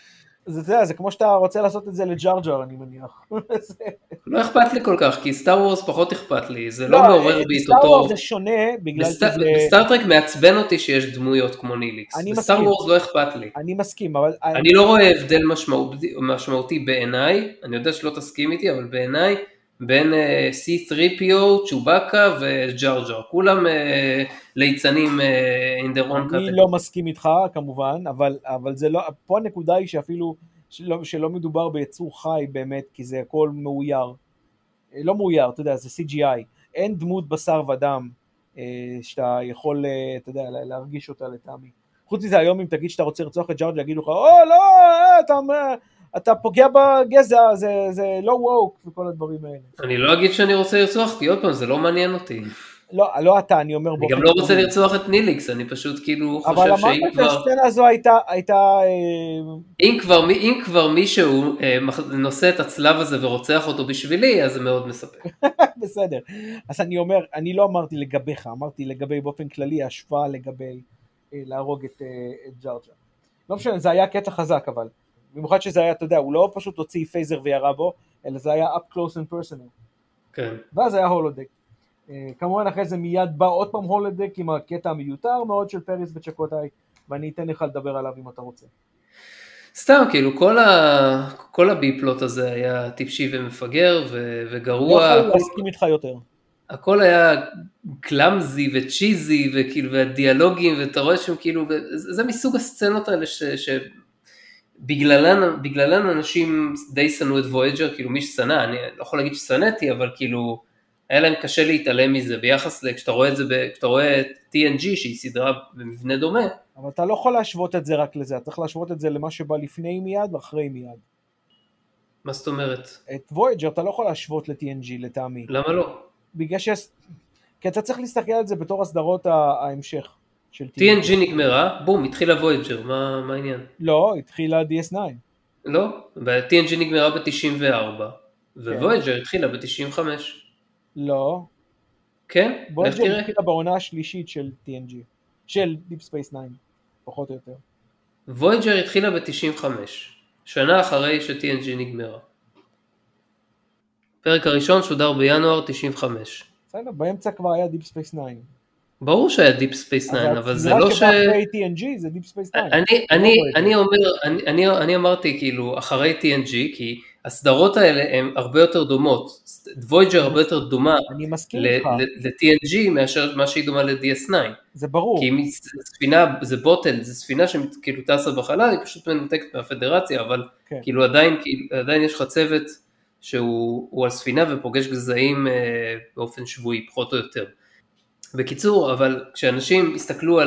זה כמו שאתה רוצה לעשות את זה לג'ארג'ר, אני מניח. לא אכפת לי כל כך, כי סטאר וורס פחות אכפת לי, זה לא מעורר בי את בסטאר אותו... וורס זה שונה, בגלל שזה... בסטאר טרק מעצבן אותי שיש דמויות כמו ניליקס, בסטאר וורס לא אכפת לי. אני מסכים, אבל... אני לא רואה הבדל משמעותי בעיניי, אני יודע שלא תסכים איתי, אבל בעיניי, בין C-3PO, צ'ובאקה וג'ארג'ר, כולם ליצנים in their own category. אני לא מסכים איתך כמובן, אבל זה לא, פה הנקודה היא שאפילו שלא מדובר ביצור חי באמת, כי זה הכל מאויר, לא מאויר, אתה יודע, זה CGI, אין דמות בשר ודם שאתה יכול, אתה יודע, להרגיש אותה לטעמי. חוץ מזה היום אם תגיד שאתה רוצה לרצוח את ג'ארג'ר, יגידו לך, לא, אתה פוגע בגזע, זה לא ווק וכל הדברים האלה. אני לא אגיד שאני רוצה לרצוח, כי עוד פעם, זה לא מעניין אותי. לא אתה, אני אומר... אני גם לא רוצה לרצוח את ניליקס, אני פשוט כאילו חושב שאם כבר... אבל אמרת שהסצנה הזו הייתה... אם כבר מישהו נושא את הצלב הזה ורוצח אותו בשבילי, אז זה מאוד מספק. בסדר. אז אני אומר, אני לא אמרתי לגביך, אמרתי לגבי באופן כללי, השוואה לגבי להרוג את ג'ארג'ר. לא משנה, זה היה קטע חזק אבל. במיוחד שזה היה, אתה יודע, הוא לא פשוט הוציא פייזר וירה בו, אלא זה היה up close and personal. כן. ואז היה הולודק. כמובן אחרי זה מיד בא עוד פעם הולודק עם הקטע המיותר מאוד של פריס וצ'קוטאי, ואני אתן לך לדבר עליו אם אתה רוצה. סתם, כאילו, כל הביפלוט הזה היה טיפשי ומפגר וגרוע. לא יכול להסכים איתך יותר. הכל היה קלאמזי וצ'יזי, וכאילו, והדיאלוגים, ואתה רואה שם כאילו, זה מסוג הסצנות האלה שבגללן אנשים די שנאו את וויג'ר, כאילו מי ששנא, אני לא יכול להגיד ששנאתי, אבל כאילו, היה להם קשה להתעלם מזה, ביחס כשאתה רואה את זה, כשאתה רואה את TNG, שהיא סדרה במבנה דומה. אבל אתה לא יכול להשוות את זה רק לזה, אתה צריך להשוות את זה למה שבא לפני מיד ואחרי מיד. מה זאת אומרת? את וויג'ר אתה לא יכול להשוות ל-TNG לטעמי. למה לא? בגלל כי אתה צריך להסתכל על זה בתור הסדרות ההמשך של TNG נגמרה, בום, התחילה וויג'ר, מה העניין? לא, התחילה DS9. לא, TNG נגמרה ב-94, וויג'ר התחילה ב-95. לא. כן? וויג'ר התחילה בעונה השלישית של TNG, של Deep Space 9, פחות או יותר. וויג'ר התחילה ב-95, שנה אחרי ש-TNG נגמרה. הפרק הראשון שודר בינואר 95. בסדר, באמצע כבר היה Deep Space 9. ברור שהיה Deep Space 9, אבל זה לא ש... אחרי TNG זה Deep Space 9. אני אמרתי כאילו אחרי TNG, כי הסדרות האלה הן הרבה יותר דומות. וויג'ר הרבה יותר דומה ל-TNG מאשר מה שהיא דומה ל-DS9. זה ברור. כי ספינה, זה בוטל, זה ספינה שכאילו טסה בחלל, היא פשוט מנותקת מהפדרציה, אבל כאילו עדיין יש לך צוות שהוא על ספינה ופוגש גזעים באופן שבועי, פחות או יותר. בקיצור, אבל כשאנשים הסתכלו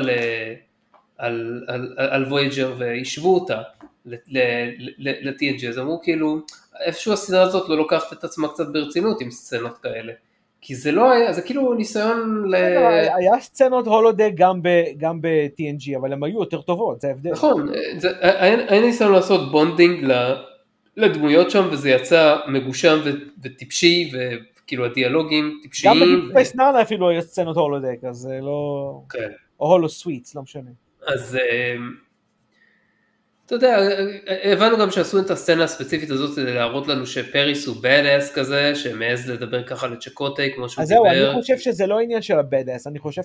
על וויג'ר וישבו אותה ל-TNG, אז אמרו כאילו, איפשהו הסדרה הזאת לא לוקחת את עצמה קצת ברצינות עם סצנות כאלה. כי זה לא היה, זה כאילו ניסיון היה סצנות הולודק גם ב-TNG, אבל הן היו יותר טובות, זה ההבדל. נכון, היה ניסיון לעשות בונדינג לדמויות שם, וזה יצא מגושם וטיפשי, וכאילו הדיאלוגים טיפשיים. גם ב-Space Nine אפילו היה סצנות הולודק, אז זה לא... כן. או הולו סוויטס, לא משנה. אז... אתה יודע, הבנו גם שעשו את הסצנה הספציפית הזאת כדי להראות לנו שפריס הוא בדאס כזה, שמעז לדבר ככה לצ'קוטי כמו שהוא דיבר. אז זהו, אני חושב שזה לא עניין של הבדאס, אני חושב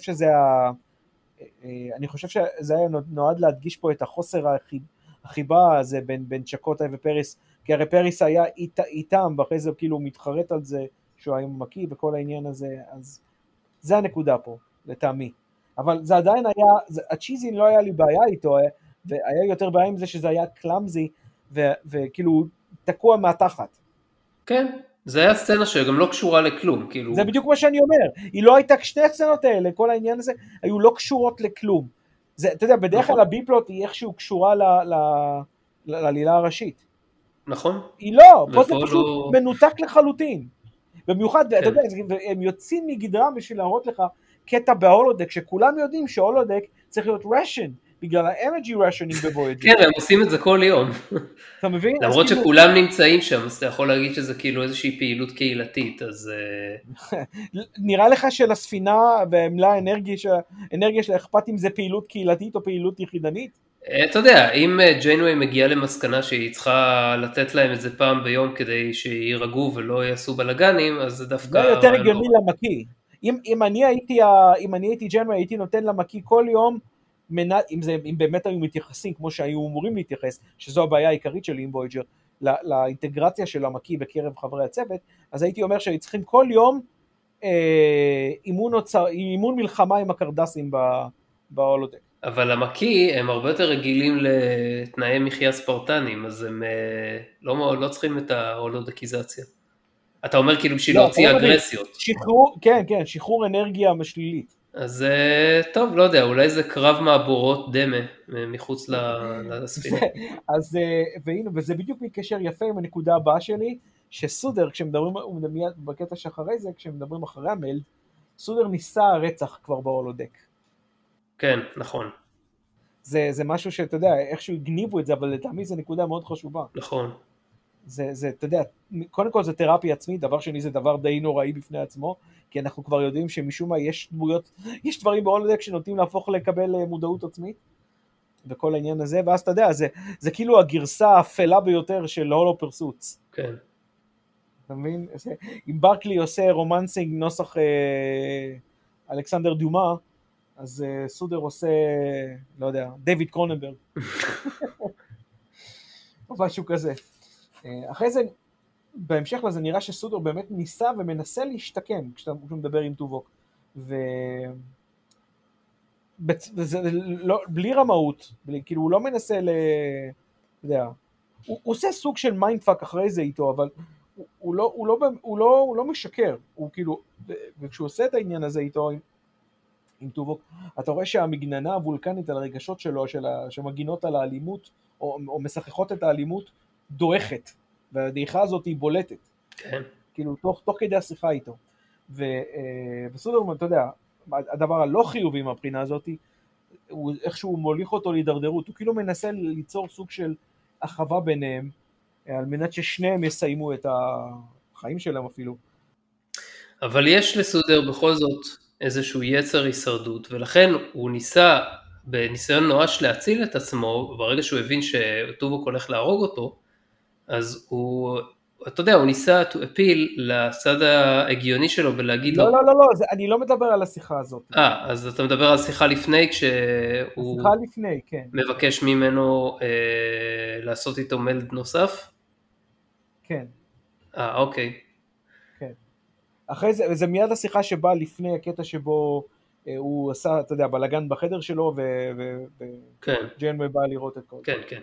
שזה היה נועד להדגיש פה את החוסר החיבה הזה בין צ'קוטי ופריס, כי הרי פריס היה איתם, ואחרי זה כאילו מתחרט על זה שהוא היה מקיא וכל העניין הזה, אז זה הנקודה פה, לטעמי. אבל זה עדיין היה, הצ'יזין לא היה לי בעיה איתו, והיה יותר בעיה עם זה שזה היה קלאמזי, וכאילו תקוע מהתחת. כן, זה היה סצנה שגם לא קשורה לכלום, כאילו. זה בדיוק מה שאני אומר, היא לא הייתה, שני הסצנות האלה, כל העניין הזה, היו לא קשורות לכלום. זה, אתה יודע, בדרך כלל הביפלוט היא איכשהו קשורה לעלילה הראשית. נכון. היא לא, פה זה פשוט מנותק לחלוטין. במיוחד, אתה יודע, הם יוצאים מגדרם בשביל להראות לך קטע בהולודק, שכולם יודעים שהולודק צריך להיות רשן, בגלל האנרגי רשנינג בוויג'ר. כן, הם עושים את זה כל יום. אתה מבין? למרות שכולם נמצאים שם, אז אתה יכול להגיד שזה כאילו איזושהי פעילות קהילתית, אז... נראה לך שלספינה והמלה האנרגיה שלה אכפת אם זה פעילות קהילתית או פעילות יחידנית? אתה יודע, אם ג'יינווי מגיעה למסקנה שהיא צריכה לתת להם את זה פעם ביום כדי שירגעו ולא יעשו בלגנים, אז זה דווקא זה יותר רעיון לא הגיוני רע. למקיא. אם אני הייתי ג'נווי, הייתי נותן למקיא כל יום, אם באמת היו מתייחסים כמו שהיו אמורים להתייחס, שזו הבעיה העיקרית שלי עם וויג'ר, לאינטגרציה של המקיא בקרב חברי הצוות, אז הייתי אומר שהיו צריכים כל יום אימון מלחמה עם הקרדסים בהולודק. אבל המקיא הם הרבה יותר רגילים לתנאי מחיה ספרטניים, אז הם לא צריכים את ההולודקיזציה. אתה אומר כאילו בשביל לא, אתה להוציא לא מבין, אגרסיות. כן, שחרור אנרגיה משלילית. אז טוב, לא יודע, אולי זה קרב מעבורות דמה מחוץ לספינה. והנה, וזה בדיוק מתקשר יפה עם הנקודה הבאה שלי, שסודר, כשמדברים בקטע שאחרי זה, כשמדברים אחרי המלד, סודר ניסה רצח כבר בהולודק. כן, נכון. זה משהו שאתה יודע, איכשהו הגניבו את זה, אבל לטעמי זה נקודה מאוד חשובה. נכון. אתה יודע, קודם כל זה תרפיה עצמית, דבר שני זה דבר די נוראי בפני עצמו, כי אנחנו כבר יודעים שמשום מה יש דברים בהולודק שנוטים להפוך לקבל מודעות עצמית, וכל העניין הזה, ואז אתה יודע, זה כאילו הגרסה האפלה ביותר של הולו פרסוטס. כן. אתה מבין? אם ברקלי עושה רומנסינג נוסח אלכסנדר דומה, אז סודר עושה, לא יודע, דיוויד קרוננברג. או משהו כזה. אחרי זה, בהמשך לזה נראה שסודר באמת ניסה ומנסה להשתקם, כשהוא מדבר עם טובוק. וזה לא, בלי רמאות, כאילו הוא לא מנסה אתה יודע, הוא עושה סוג של מיינדפאק אחרי זה איתו, אבל הוא לא משקר, הוא כאילו, וכשהוא עושה את העניין הזה איתו, עם טובוק, אתה רואה שהמגננה הוולקנית על הרגשות שלו, שמגינות על האלימות, או משחקות את האלימות, דועכת, והדעיכה הזאת היא בולטת, כן. כאילו תוך כדי השיחה איתו, וסודר, אתה יודע, הדבר הלא חיובי מהבחינה הזאת, הוא איכשהו מוליך אותו להידרדרות, הוא כאילו מנסה ליצור סוג של אחווה ביניהם, על מנת ששניהם יסיימו את החיים שלהם אפילו. אבל יש לסודר בכל זאת איזשהו יצר הישרדות, ולכן הוא ניסה בניסיון נואש להציל את עצמו, ברגע שהוא הבין שטובוק הולך להרוג אותו, אז הוא, אתה יודע, הוא ניסה to appeal לצד ההגיוני שלו ולהגיד לו... לא, אני לא מדבר על השיחה הזאת. אז אתה מדבר על שיחה לפני, כשהוא השיחה לפני, כן. מבקש ממנו לעשות איתו מלד נוסף? כן. אוקיי. כן. אחרי זה, וזה מיד השיחה שבאה לפני הקטע שבו הוא עשה, אתה יודע, בלגן בחדר שלו, וג'יינווי בא לראות את כל זה. כן, כן.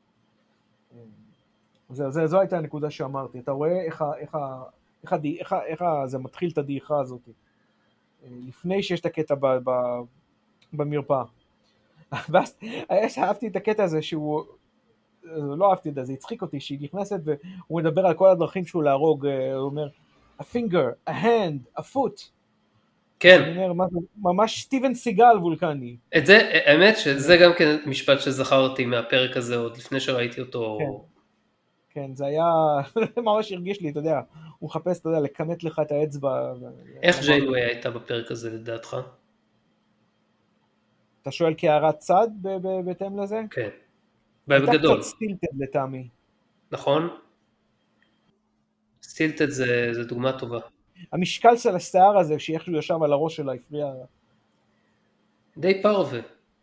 זו הייתה הנקודה שאמרתי, אתה רואה איך זה מתחיל את הדעיכה הזאת, לפני שיש את הקטע במרפאה. ואז אהבתי את הקטע הזה שהוא, לא אהבתי את זה, זה הצחיק אותי, שהיא נכנסת והוא מדבר על כל הדרכים שהוא להרוג, הוא אומר, a finger, a hand, a foot. כן. אני אומר, ממש סטיבן סיגל וולקני. את זה, האמת שזה גם כן משפט שזכרתי מהפרק הזה, עוד לפני שראיתי אותו. כן, זה היה, ממש הרגיש לי, אתה יודע, הוא מחפש, אתה יודע, לקמת לך את האצבע. איך ג'יינווי הייתה בפרק הזה לדעתך? אתה שואל כהערת צד בהתאם לזה? כן, הייתה בגדול. קצת סטילטד לטעמי. נכון? סטילטד זה דוגמה טובה. המשקל של השיער הזה, שאיכשהו יושב על הראש שלה, הפריע. די פרווה.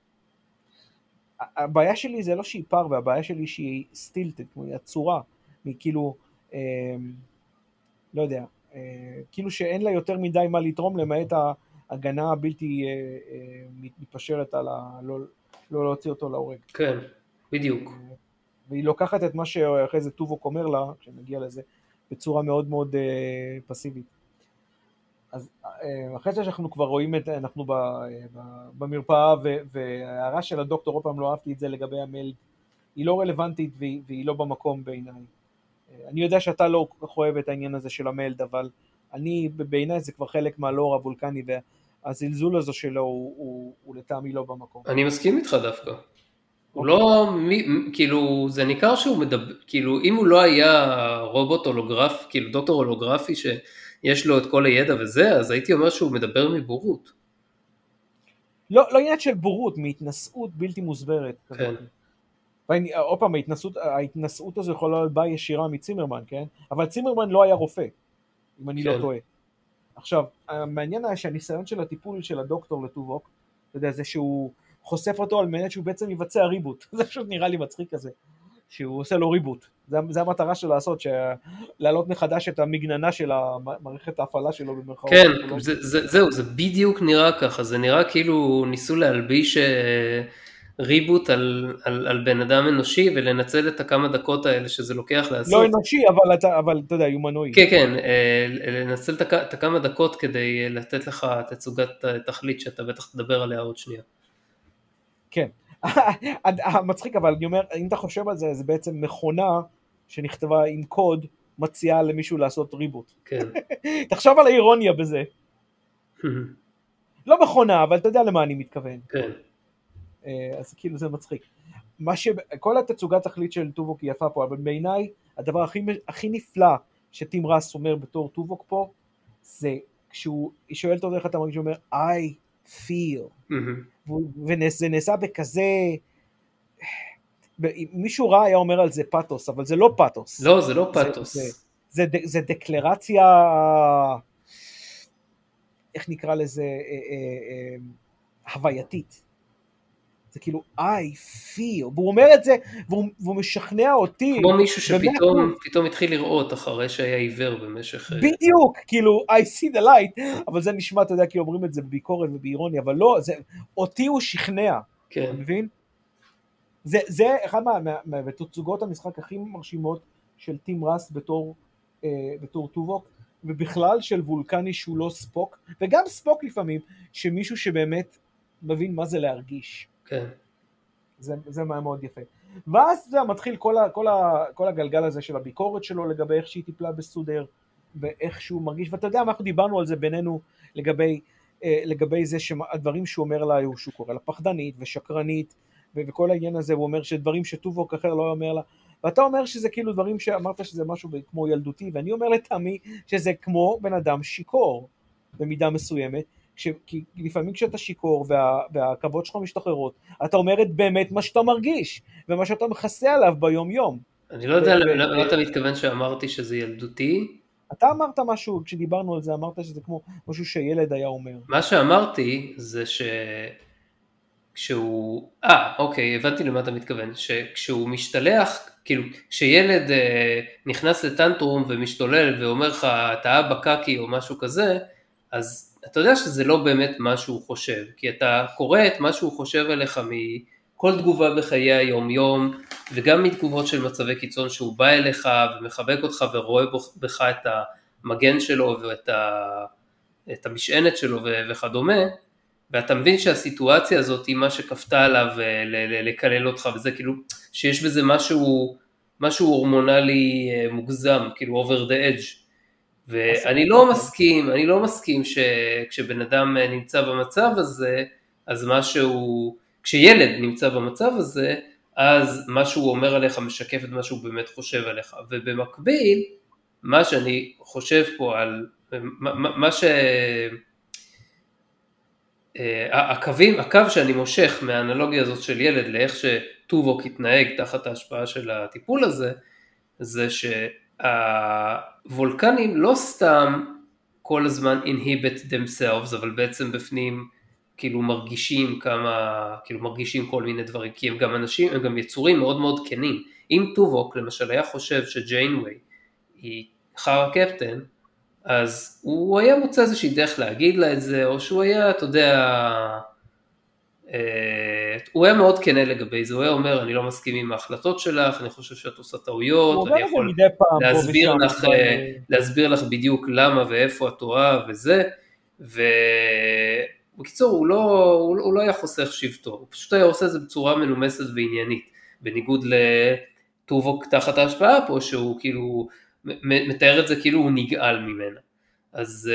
הבעיה שלי זה לא שהיא פרווה, הבעיה שלי שהיא סטילטד, כמו היא עצורה, כאילו, לא יודע, כאילו שאין לה יותר מדי מה לתרום, למעט ההגנה הבלתי מתפשרת על לא להוציא אותו להורג. כן, בדיוק. והיא לוקחת את מה שאחרי זה טובוק אומר לה, כשנגיע לזה, בצורה מאוד מאוד פסיבית. אז אחרי זה שאנחנו כבר רואים אנחנו במרפאה, וההערה של הדוקטור, עוד פעם לא אהבתי את זה לגבי המלד, היא לא רלוונטית והיא לא במקום בעיניי. אני יודע שאתה לא אוהב את העניין הזה של המלד, אבל בעיניי זה כבר חלק מהלור הוולקני, והזלזול הזו שלו הוא לטעמי לא במקום. אני מסכים איתך דווקא. הוא לא, כאילו, זה ניכר שהוא מדבר, כאילו, אם הוא לא היה רובוט הולוגרפי, כאילו דוקטור הולוגרפי שיש לו את כל הידע וזה, אז הייתי אומר שהוא מדבר מבורות. לא עניין של בורות, מהתנסות בלתי מוסברת. כן. עוד פעם, ההתנסות הזו יכולה להיות באה ישירה מצימרמן, כן? אבל צימרמן לא היה רופא, אם אני לא טועה. עכשיו, המעניין היה שהניסיון של הטיפול של הדוקטור לטובוק, אתה יודע, זה שהוא חושף אותו על מנת שהוא בעצם יבצע ריבוט. זה פשוט נראה לי מצחיק כזה, שהוא עושה לו ריבוט. זה המטרה שלו לעשות, להעלות מחדש את המגננה של מערכת ההפעלה שלו במרכאות. כן, זהו, זה בדיוק נראה ככה, זה נראה כאילו ניסו להלביש ריבוט על בן אדם אנושי, ולנצל את הכמה דקות האלה שזה לוקח לעשות. לא אנושי, אבל אתה יודע, יומנועי. כן, כן, לנצל את הכמה דקות כדי לתת לך תצוגת תכלית שאתה בטח תדבר עליה עוד שנייה. כן, המצחיק, אבל אני אומר, אם אתה חושב על זה, זה בעצם מכונה שנכתבה עם קוד, מציעה למישהו לעשות ריבוט. כן. תחשוב על האירוניה בזה. לא מכונה, אבל אתה יודע למה אני מתכוון. כן. אז כאילו זה מצחיק. כל התצוגת תכלית של טובוק היא יפה פה, אבל בעיניי הדבר הכי נפלא שטים ראס אומר בתור טובוק פה, זה כשהוא שואל אותו איך אתה מרגיש, הוא אומר, I feel. וזה נעשה בכזה, מישהו רע היה אומר על זה פאטוס, אבל זה לא פאטוס. לא, זה לא פאטוס. זה דקלרציה, איך נקרא לזה, הווייתית. זה כאילו, I feel, והוא אומר את זה, והוא משכנע אותי. כמו מישהו שפתאום התחיל לראות אחרי שהיה עיוור במשך... בדיוק, כאילו, I see the light, אבל זה נשמע, אתה יודע, כי אומרים את זה בביקורת ובאירוניה, אבל לא, אותי הוא שכנע, אתה מבין? זה אחד בתצוגות המשחק הכי מרשימות של טים ראס בתור טובוק, ובכלל של וולקני שהוא לא ספוק, וגם ספוק לפעמים, שמישהו שבאמת מבין מה זה להרגיש. כן. זה מאוד יפה. ואז זה מתחיל כל הגלגל הזה של הביקורת שלו לגבי איך שהיא טיפלה בסודר, ואיך שהוא מרגיש, ואתה יודע, אנחנו דיברנו על זה בינינו לגבי זה שהדברים שהוא אומר לה, שהוא קורא לה פחדנית ושקרנית, וכל העניין הזה, הוא אומר שדברים שטובוק אחר לא אומר לה, ואתה אומר שזה כאילו דברים שאמרת שזה משהו כמו ילדותי, ואני אומר לטעמי שזה כמו בן אדם שיקור, במידה מסוימת, כי לפעמים כשאתה שיקור והכבוד שלך משתחררות, אתה אומר את באמת מה שאתה מרגיש, ומה שאתה מכסה עליו ביום יום. אני לא יודע למה אתה מתכוון שאמרתי שזה ילדותי. אתה אמרת משהו, כשדיברנו על זה, אמרת שזה כמו משהו שילד היה אומר. מה שאמרתי זה כשהוא, אוקיי, הבנתי למה אתה מתכוון, שכשהוא משתלח, כאילו, כשילד נכנס לטנטרום ומשתולל ואומר לך, אתה אבא קקי או משהו כזה, אז אתה יודע שזה לא באמת מה שהוא חושב, כי אתה קורא את מה שהוא חושב עליך מכל תגובה בחיי היום-יום, וגם מתגובות של מצבי קיצון שהוא בא אליך ומחבק אותך ורואה בך את המגן שלו ואת המשענת שלו וכדומה, ואתה מבין שהסיטואציה הזאת היא מה שכפתה עליו לקלל אותך, וזה כאילו שיש בזה משהו הורמונלי מוגזם, כאילו over the edge. ואני לא מסכים שכשבן אדם נמצא במצב הזה, אז כשילד נמצא במצב הזה, אז מה שהוא אומר עליך משקף את מה שהוא באמת חושב עליך. ובמקביל, מה שאני חושב פה על, הקו שאני מושך מהאנלוגיה הזאת של ילד לאיך שטובוק התנהג תחת ההשפעה של הטיפול הזה, זה שהוולקנים לא סתם כל הזמן inhibit themselves, אבל בעצם בפנים כאילו מרגישים כל מיני דברים, כי הם גם אנשים, הם גם יצורים מאוד מאוד כנים. אם טובוק למשל היה חושב שג'יינווי היא חרא קפטן, אז הוא היה מוצא איזושהי דרך להגיד לה את זה, או שהוא היה, אתה יודע, הוא היה מאוד כנה לגבי זה, הוא היה אומר, אני לא מסכים עם ההחלטות שלך, אני חושב שאת עושה טעויות, אני יכול להסביר לך בדיוק למה ואיפה את טועה וזה, ובקיצור, הוא לא היה חוסך שבטו, הוא פשוט היה עושה את זה בצורה מנומסת ועניינית, בניגוד לטובוק תחת ההשפעה פה, שהוא כאילו מתאר את זה כאילו הוא נגעל ממנה. אז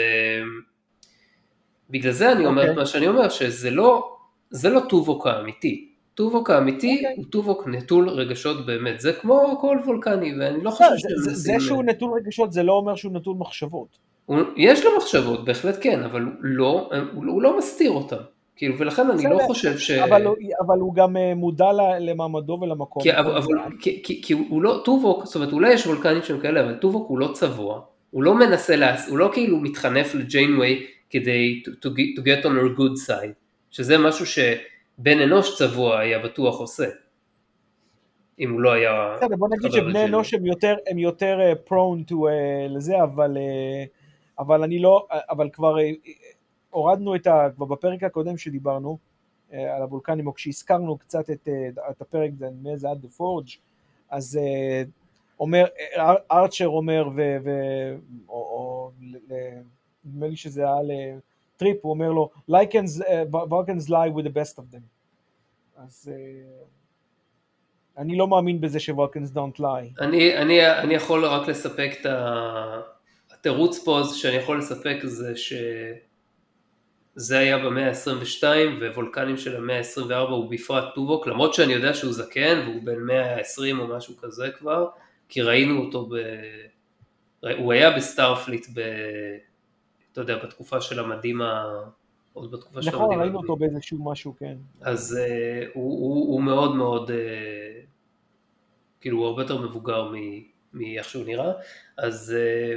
בגלל זה אני אומר את מה שאני אומר, שזה לא טובוק האמיתי. טובוק האמיתי הוא טובוק נטול רגשות באמת. זה כמו כל וולקני, ואני לא חושב זה שהוא נטול רגשות, זה לא אומר שהוא נטול מחשבות. יש לו מחשבות, בהחלט כן, אבל הוא לא מסתיר אותם. כאילו, ולכן אני לא חושב ש... אבל הוא גם מודע למעמדו ולמקום. כי הוא לא, טובוק, זאת אומרת, אולי יש וולקנים שהם כאלה, אבל טובוק הוא לא צבוע, הוא לא מנסה, הוא לא כאילו מתחנף לג'יינווי כדי to get on her good side, שזה משהו שבן אנוש צבוע היה בטוח עושה, אם הוא לא היה... בסדר, בוא נגיד שבני אנוש הם יותר prone to לזה, אבל אני לא, אבל כבר הורדנו כבר בפרק הקודם שדיברנו על הוולקנים, או כשהזכרנו קצת את הפרק, זה עד The Forge, אז אומר, ארצ'ר אומר, או נדמה לי שזה היה לטריפ, הוא אומר לו, Vulcans lie with the best of them. אז אני לא מאמין בזה ש-Vulcans don't lie. אני יכול רק לספק את התירוץ פה, שאני יכול לספק זה שזה היה במאה ה-22, ווולקנים של המאה ה-24 הוא בפרט טובוק, למרות שאני יודע שהוא זקן, והוא בין 120 או משהו כזה כבר, כי ראינו אותו הוא היה בסטארפליט אתה יודע, בתקופה של המדים עוד בתקופה של המדים. נכון, ראינו אותו באיזשהו משהו, כן. אז הוא מאוד מאוד, כאילו הוא הרבה יותר מבוגר מאיך שהוא נראה, אז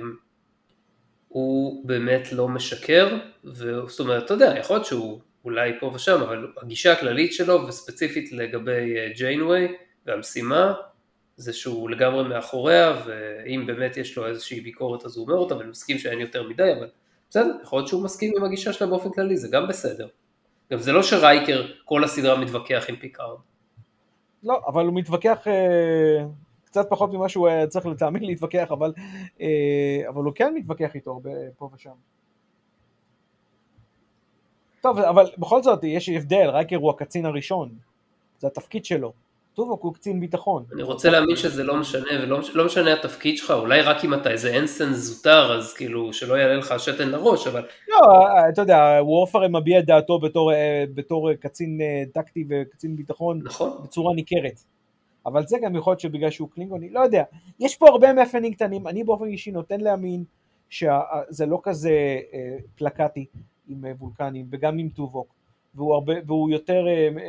הוא באמת לא משקר, זאת אומרת, אתה יודע, יכול להיות שהוא אולי פה ושם, אבל הגישה הכללית שלו, וספציפית לגבי ג'יינווי והמשימה, זה שהוא לגמרי מאחוריה, ואם באמת יש לו איזושהי ביקורת אז הוא אומר אותה, ואני מסכים שאין יותר מדי, אבל בסדר, יכול להיות שהוא מסכים עם הגישה שלה באופן כללי, זה גם בסדר. גם זה לא שרייקר כל הסדרה מתווכח עם פיקארד. לא, אבל הוא מתווכח קצת פחות ממה שהוא צריך לתאמין להתווכח, אבל הוא כן מתווכח איתו פה ושם. טוב, אבל בכל זאת יש הבדל, רייקר הוא הקצין הראשון, זה התפקיד שלו. טובוק הוא קצין ביטחון. אני רוצה להאמין שזה לא משנה, ולא משנה התפקיד שלך, אולי רק אם אתה איזה אינסטנס זוטר, אז כאילו שלא יעלה לך שתן לראש, אבל... לא, אתה יודע, וורפר מביע את דעתו בתור קצין טקטי וקצין ביטחון, נכון. בצורה ניכרת. אבל זה גם יכול להיות שבגלל שהוא קלינגוני, לא יודע, יש פה הרבה מאפיינים קטנים, אני באופן אישי נותן להאמין שזה לא כזה פלקטי עם וולקנים, וגם עם טובוק, והוא יותר...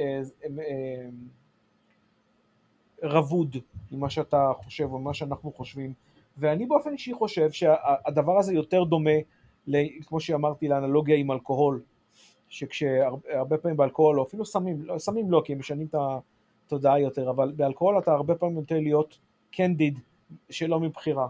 רבוד ממה שאתה חושב או מה שאנחנו חושבים, ואני באופן אישי חושב שהדבר הזה יותר דומה, כמו שאמרתי, לאנלוגיה עם אלכוהול, שכשהרבה פעמים באלכוהול, או אפילו סמים לא, כי הם משנים את התודעה יותר, אבל באלכוהול אתה הרבה פעמים יותר להיות קנדיד, שלא מבחירה,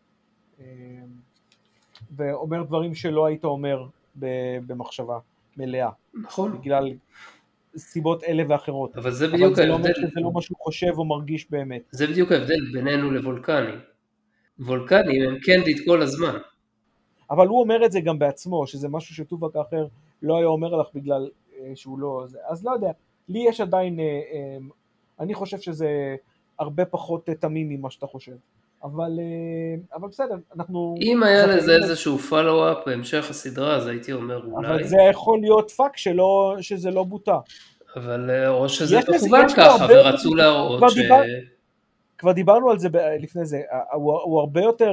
ואומר דברים שלא היית אומר במחשבה מלאה. נכון. בגלל סיבות אלה ואחרות. אבל זה בדיוק ההבדל. אבל זה לא מה שהוא חושב או מרגיש באמת. זה בדיוק ההבדל בינינו לוולקנים. וולקנים הם קנדיד כל הזמן. אבל הוא אומר את זה גם בעצמו, שזה משהו שטובק האחר לא היה אומר לך בגלל שהוא לא... אז לא יודע, לי יש עדיין... אני חושב שזה הרבה פחות תמים ממה שאתה חושב. אבל בסדר, אנחנו... אם היה לזה איזשהו פולו-אפ בהמשך הסדרה, אז הייתי אומר אולי... אבל זה יכול להיות פאק שזה לא בוטה. אבל או שזה מכוון ככה, ורצו להראות ש... כבר דיברנו על זה לפני זה, הוא הרבה יותר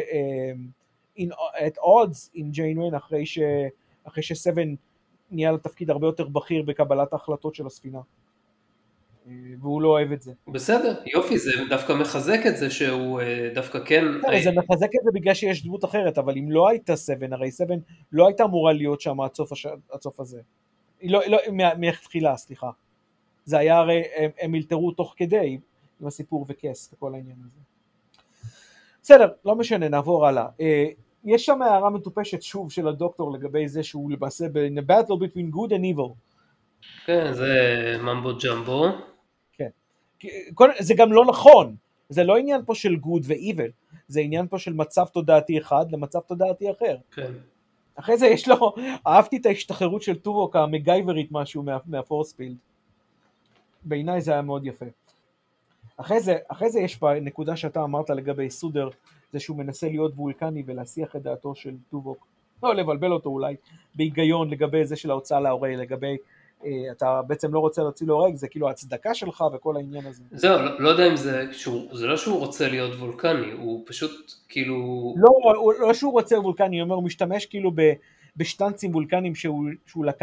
at odds עם ג'יינווי, אחרי שסבן נהיה לתפקיד הרבה יותר בכיר בקבלת ההחלטות של הספינה. והוא לא אוהב את זה. בסדר, יופי, זה דווקא מחזק את זה שהוא דווקא כן... זה מחזק את זה בגלל שיש דמות אחרת, אבל אם לא הייתה סבן, הרי סבן לא הייתה אמורה להיות שם עד סוף הזה. לא, מהתחילה, סליחה. זה היה הרי, הם ילתרו תוך כדי, עם הסיפור וכס וכל העניין הזה. בסדר, לא משנה, נעבור הלאה. יש שם הערה מטופשת שוב של הדוקטור לגבי זה שהוא למעשה in a battle between good and evil. כן, זה ממבו ג'מבו. כן. זה גם לא נכון. זה לא עניין פה של good ו-evil. זה עניין פה של מצב תודעתי אחד למצב תודעתי אחר. כן. אחרי זה יש לו, אהבתי את ההשתחררות של טובוק המגייברית משהו מהפורספילד. בעיניי זה היה מאוד יפה. אחרי זה יש פה נקודה שאתה אמרת לגבי סודר, זה שהוא מנסה להיות וולקני ולהסיח את דעתו של טובוק, לא לבלבל אותו אולי, בהיגיון לגבי זה של ההוצאה להורג, לגבי אתה בעצם לא רוצה להוציא להורג, זה כאילו ההצדקה שלך וכל העניין הזה. זהו, לא יודע אם זה לא שהוא רוצה להיות וולקני, הוא פשוט כאילו... לא שהוא רוצה וולקני, הוא משתמש כאילו בשטנצים וולקנים שהוא לקח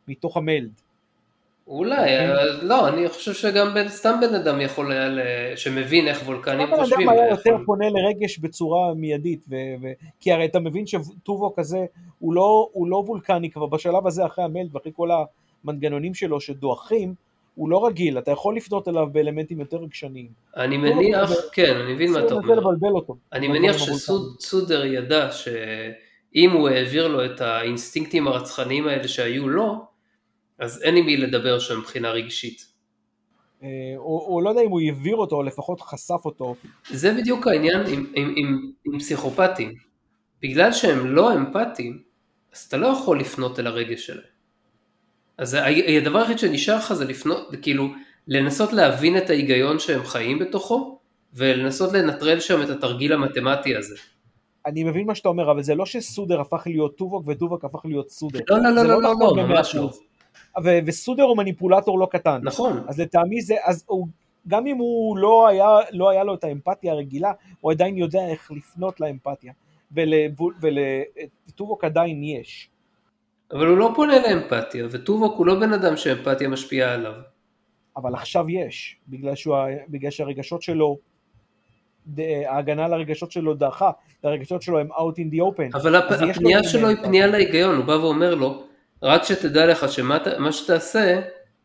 מתוך המלד. אולי, לא, אני חושב שגם סתם בן אדם יכול היה, שמבין איך וולקנים חושבים. בן אדם היה יותר פונה לרגש בצורה מיידית, כי הרי אתה מבין שטובו כזה, הוא לא וולקני כבר בשלב הזה אחרי המלד, ואחרי כל המנגנונים שלו שדועכים, הוא לא רגיל, אתה יכול לפנות אליו באלמנטים יותר רגשניים. אני מניח, כן, אני מבין מה אתה אומר. אני מניח שסודר ידע שאם הוא העביר לו את האינסטינקטים הרצחניים האלה שהיו לו, אז אין עם מי לדבר שם מבחינה רגשית. או לא יודע אם הוא העביר אותו, או לפחות חשף אותו. זה בדיוק העניין עם פסיכופטים. בגלל שהם לא אמפתיים, אז אתה לא יכול לפנות אל הרגש שלהם. אז הדבר היחיד שנשאר לך זה לפנות, כאילו, לנסות להבין את ההיגיון שהם חיים בתוכו, ולנסות לנטרל שם את התרגיל המתמטי הזה. אני מבין מה שאתה אומר, אבל זה לא שסודר הפך להיות טובוק, וטובוק הפך להיות סודר. לא, ממש לא. וסודר הוא מניפולטור לא קטן. נכון. אז לטעמי זה, גם אם הוא לא היה לו את האמפתיה הרגילה, הוא עדיין יודע איך לפנות לאמפתיה, ולטובוק עדיין יש. אבל הוא לא פונה לאמפתיה, וטובוק הוא לא בן אדם שאמפתיה משפיעה עליו. אבל עכשיו יש, בגלל שהרגשות שלו, ההגנה לרגשות שלו דעכה, הרגשות שלו הם out in the open. אבל הפנייה שלו היא פנייה להיגיון, הוא בא ואומר לו, רק שתדע לך שמה שתעשה,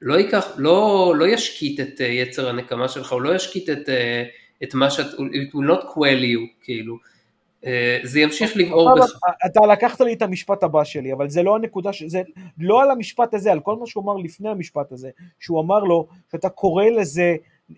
לא ישקיט את יצר הנקמה שלך, הוא לא ישקיט את מה שאת, it will not quell you, כאילו. זה ימשיך לבעור בך. אתה לקחת לי את המשפט הבא שלי, אבל זה לא הנקודה, זה לא על המשפט הזה, על כל מה שהוא אמר לפני המשפט הזה, שהוא אמר לו שאתה קורא לזה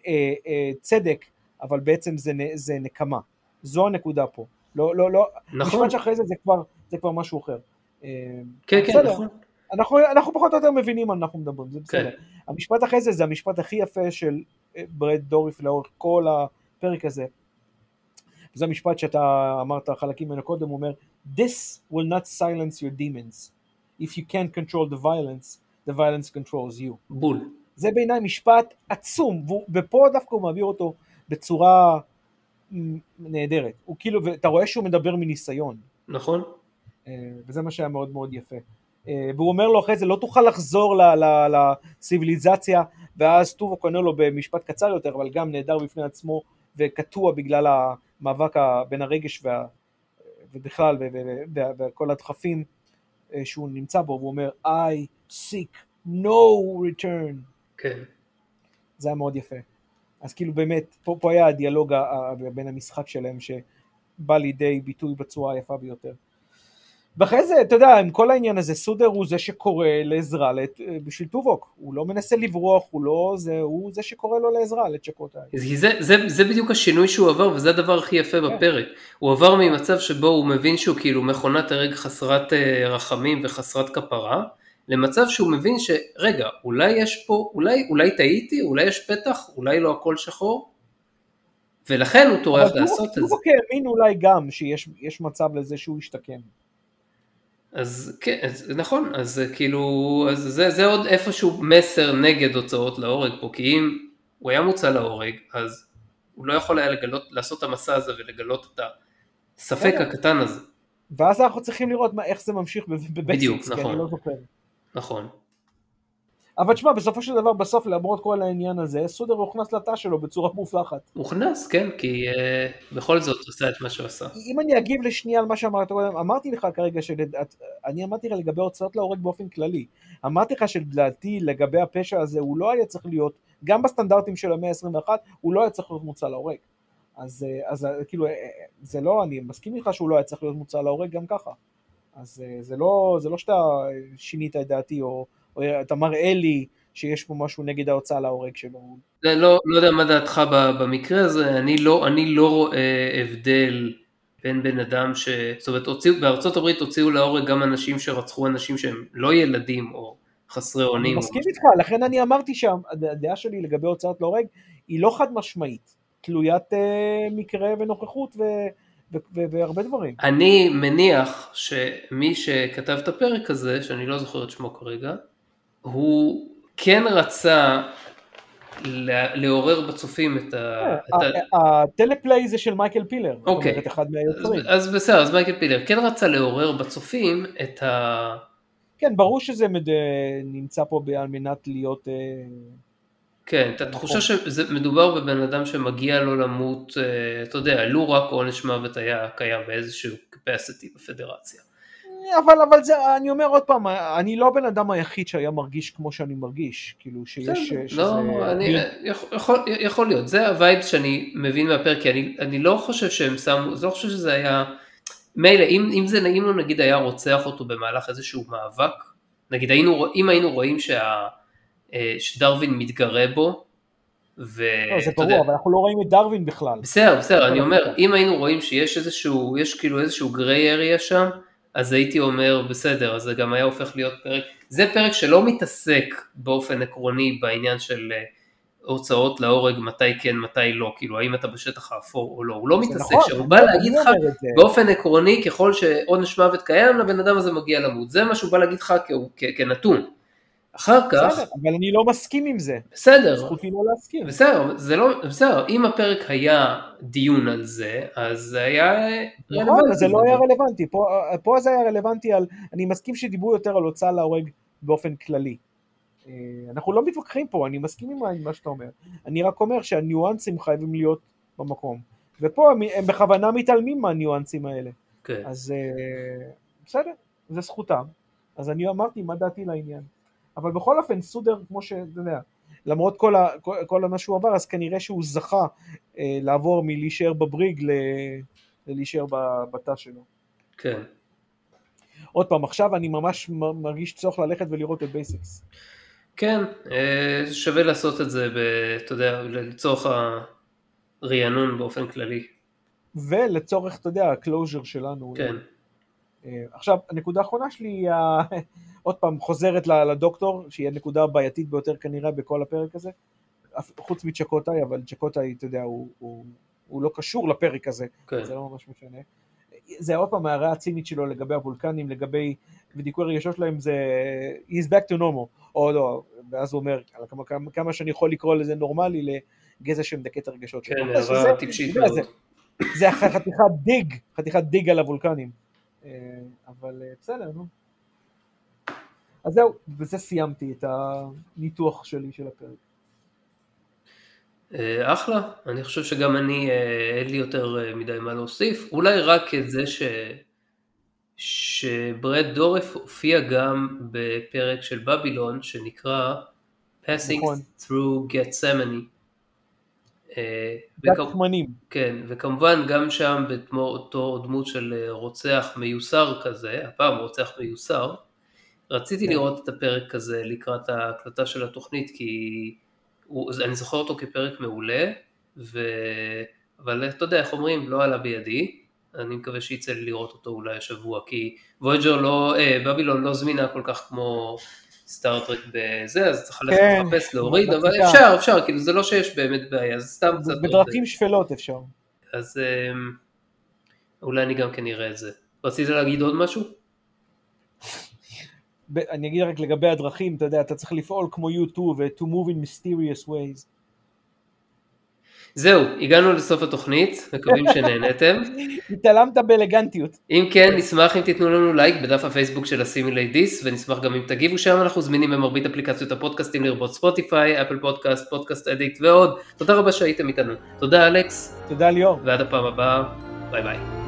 צדק, אבל בעצם זה נקמה. זו הנקודה פה. לא, נכון. המשפט שאחרי זה כבר משהו אחר. כן, נכון. אנחנו פחות או יותר מבינים על אנחנו מדברים, זה בסדר. המשפט אחרי זה המשפט הכי יפה של ברד דוריף לאורך כל הפרק הזה. זה המשפט שאתה אמרת חלקים ממנו קודם, הוא אומר, This will not silence your demons. If you can't control the violence controls you. בול. זה בעיניי משפט עצום, ופה דווקא הוא מעביר אותו בצורה נהדרת. הוא כאילו, ואתה רואה שהוא מדבר מניסיון. נכון. וזה מה שהיה מאוד מאוד יפה. והוא אומר לו אחרי זה, לא תוכל לחזור לציביליזציה, ואז טובוק עונה לו במשפט קצר יותר, אבל גם נהדר בפני עצמו, וקטוע בגלל המאבק בין הרגש ובכלל, וכל הדחפים שהוא נמצא בו, והוא אומר, I seek no return. כן. זה היה מאוד יפה. אז כאילו באמת, פה היה הדיאלוג בין המשחק שלהם, שבא לידי ביטוי בצורה היפה ביותר. ואחרי זה, אתה יודע, עם כל העניין הזה, סודר הוא זה שקורא לעזרה בשביל טובוק, הוא לא מנסה לברוח, הוא זה שקורא לו לעזרה, לצ'קוטאי. זה בדיוק השינוי שהוא עבר, וזה הדבר הכי יפה בפרק. הוא עבר ממצב שבו הוא מבין שהוא כאילו מכונת הרג חסרת רחמים וחסרת כפרה, למצב שהוא מבין שרגע, אולי יש פה, אולי טעיתי, אולי יש פתח, אולי לא הכל שחור, ולכן הוא טורח לעשות את זה. טובוק האמין אולי גם שיש מצב לזה שהוא ישתקם. אז כן, נכון, אז כאילו, זה עוד איפשהו מסר נגד הוצאות להורג פה, כי אם הוא היה מוצא להורג, אז הוא לא יכול היה לעשות את המסע הזה ולגלות את הספק הקטן הזה. ואז אנחנו צריכים לראות איך זה ממשיך בדיוק, כי אני לא זוכר. נכון. אבל תשמע, בסופו של דבר, בסוף למרות כל העניין הזה, סודר הוכנס לתא שלו בצורה מופלחת. הוכנס, כן, כי בכל זאת עושה את מה שהוא עשה. אם אני אגיב לשנייה על מה שאמרת קודם, אמרתי לך כרגע, אני אמרתי לך לגבי הוצאות להורג באופן כללי, אמרתי לך שלדעתי לגבי הפשע הזה, הוא לא היה צריך להיות, גם בסטנדרטים של המאה ה-21, הוא לא היה צריך להיות מוצא להורג. אז כאילו, זה לא, אני מסכים איתך שהוא לא היה צריך להיות מוצא להורג גם ככה. אז זה לא שאתה שינית את דעתי, או אתה מראה לי שיש פה משהו נגד ההוצאה להורג שלו. לא יודע מה דעתך במקרה הזה, אני לא רואה הבדל בין בן אדם זאת אומרת, בארצות הברית הוציאו להורג גם אנשים שרצחו אנשים שהם לא ילדים או חסרי אונים. אני מסכים איתך, לכן אני אמרתי שהדעה שלי לגבי הוצאות להורג היא לא חד משמעית, תלוית מקרה ונוכחות והרבה דברים. אני מניח שמי שכתב את הפרק הזה, שאני לא זוכר את שמו כרגע, הוא כן רצה לעורר בצופים את הטלפליי זה של מייקל פילר, אוקיי. אחד מהיוצרים. אז בסדר, אז מייקל פילר כן רצה לעורר בצופים כן, ברור שזה נמצא פה על מנת להיות... כן, את התחושה שמדובר בבן אדם שמגיע לו למות, אתה יודע, לו רק עונש מוות היה קיים באיזשהו capacity בפדרציה. אבל זה, אני אומר עוד פעם, אני לא הבן אדם היחיד שהיה מרגיש כמו שאני מרגיש, כאילו שיש... לא, יכול להיות, זה הווייב שאני מבין מהפרק, כי אני לא חושב שהם שמו, לא חושב שזה היה, מילא, אם הוא נגיד היה רוצח אותו במהלך איזשהו מאבק, נגיד אם היינו רואים שדרווין מתגרה בו, לא, זה ברור, אבל אנחנו לא רואים את דרווין בכלל. בסדר, אני אומר, אם היינו רואים שיש כאילו איזשהו גריי אריה שם, אז הייתי אומר, בסדר, אז זה גם היה הופך להיות פרק, זה פרק שלא מתעסק באופן עקרוני בעניין של הוצאות להורג, מתי כן, מתי לא, כאילו, האם אתה בשטח האפור או לא, הוא לא מתעסק שם, הוא בא להגיד לך, באופן עקרוני, ככל שעונש מוות קיים, לבן אדם הזה מגיע למות, זה מה שהוא בא להגיד לך כנתון. אחר כך... בסדר, אבל אני לא מסכים עם זה. בסדר. זכותי לא להסכים. בסדר, אם הפרק היה דיון על זה, אז זה היה רלוונטי. נכון, זה לא היה רלוונטי. פה זה היה רלוונטי על... אני מסכים שדיברו יותר על הוצאה להורג באופן כללי. אנחנו לא מתווכחים פה, אני מסכים עם מה שאתה אומר. אני רק אומר שהניואנסים חייבים להיות במקום. ופה הם בכוונה מתעלמים מהניואנסים האלה. כן. אז בסדר, זה זכותם. אז אני אמרתי מה דעתי לעניין. אבל בכל אופן, סודר, כמו שאתה יודע, למרות כל מה שהוא עבר, אז כנראה שהוא זכה לעבור מלהישאר בבריג ללהישאר בתא שלו. כן. עוד פעם, עכשיו אני ממש מרגיש צורך ללכת ולראות את בייסיקס. כן, שווה לעשות את זה, אתה יודע, לצורך הרענון באופן כללי. ולצורך, אתה יודע, הקלוז'ר שלנו. כן. עכשיו, הנקודה האחרונה שלי היא, עוד פעם, חוזרת לדוקטור, שהיא הנקודה הבעייתית ביותר כנראה בכל הפרק הזה, חוץ מצ'קוטאי, אבל צ'קוטאי, אתה יודע, הוא לא קשור לפרק הזה, כן. זה לא ממש משנה. זה עוד פעם, ההערה הצינית שלו לגבי הוולקנים, לגבי ודיקוי רגשות שלהם, זה he's back to normal, או לא, ואז הוא אומר, כמה שאני יכול לקרוא לזה נורמלי, לגזע שמדכא את הרגשות שלו. כן, הערה טיפשית מאוד. זה חתיכת דיג על הוולקנים. אבל בסדר, נו. אז זהו, בזה סיימתי את הניתוח שלי של הפרק. אחלה, אני חושב שגם אני, אין לי יותר מדי מה להוסיף, אולי רק את זה שברד דורף הופיע גם בפרק של בבילון, שנקרא Passing Through Gethsemane. כן, וכמובן גם שם בתור דמות של רוצח מיוסר כזה, הפעם רוצח מיוסר, רציתי לראות את הפרק הזה לקראת ההקלטה של התוכנית, כי אני זוכר אותו כפרק מעולה, אבל אתה יודע איך אומרים, לא עלה בידי, אני מקווה שיצא לי לראות אותו אולי השבוע, כי בבילון לא זמינה כל כך כמו סטארטרק בזה, אז צריך ללכת לחפש להוריד, אבל אפשר, כאילו זה לא שיש באמת בעיה, זה סתם קצת... בדרכים שפלות אפשר. אז אולי אני גם כן אראה את זה. רצית להגיד עוד משהו? אני אגיד רק לגבי הדרכים, אתה יודע, אתה צריך לפעול כמו U2 ו-to move in mysterious ways. זהו, הגענו לסוף התוכנית, מקווים שנהנתם. התעלמת באלגנטיות. אם כן, נשמח אם תיתנו לנו לייק בדף הפייסבוק של הסימילי דיס, ונשמח גם אם תגיבו שם, אנחנו זמינים במרבית אפליקציות הפודקאסטים לרבות ספוטיפיי, אפל פודקאסט, פודקאסט אדיקט ועוד. תודה רבה שהייתם איתנו. תודה אלכס. תודה ליאור. ועד הפעם הבאה, ביי ביי.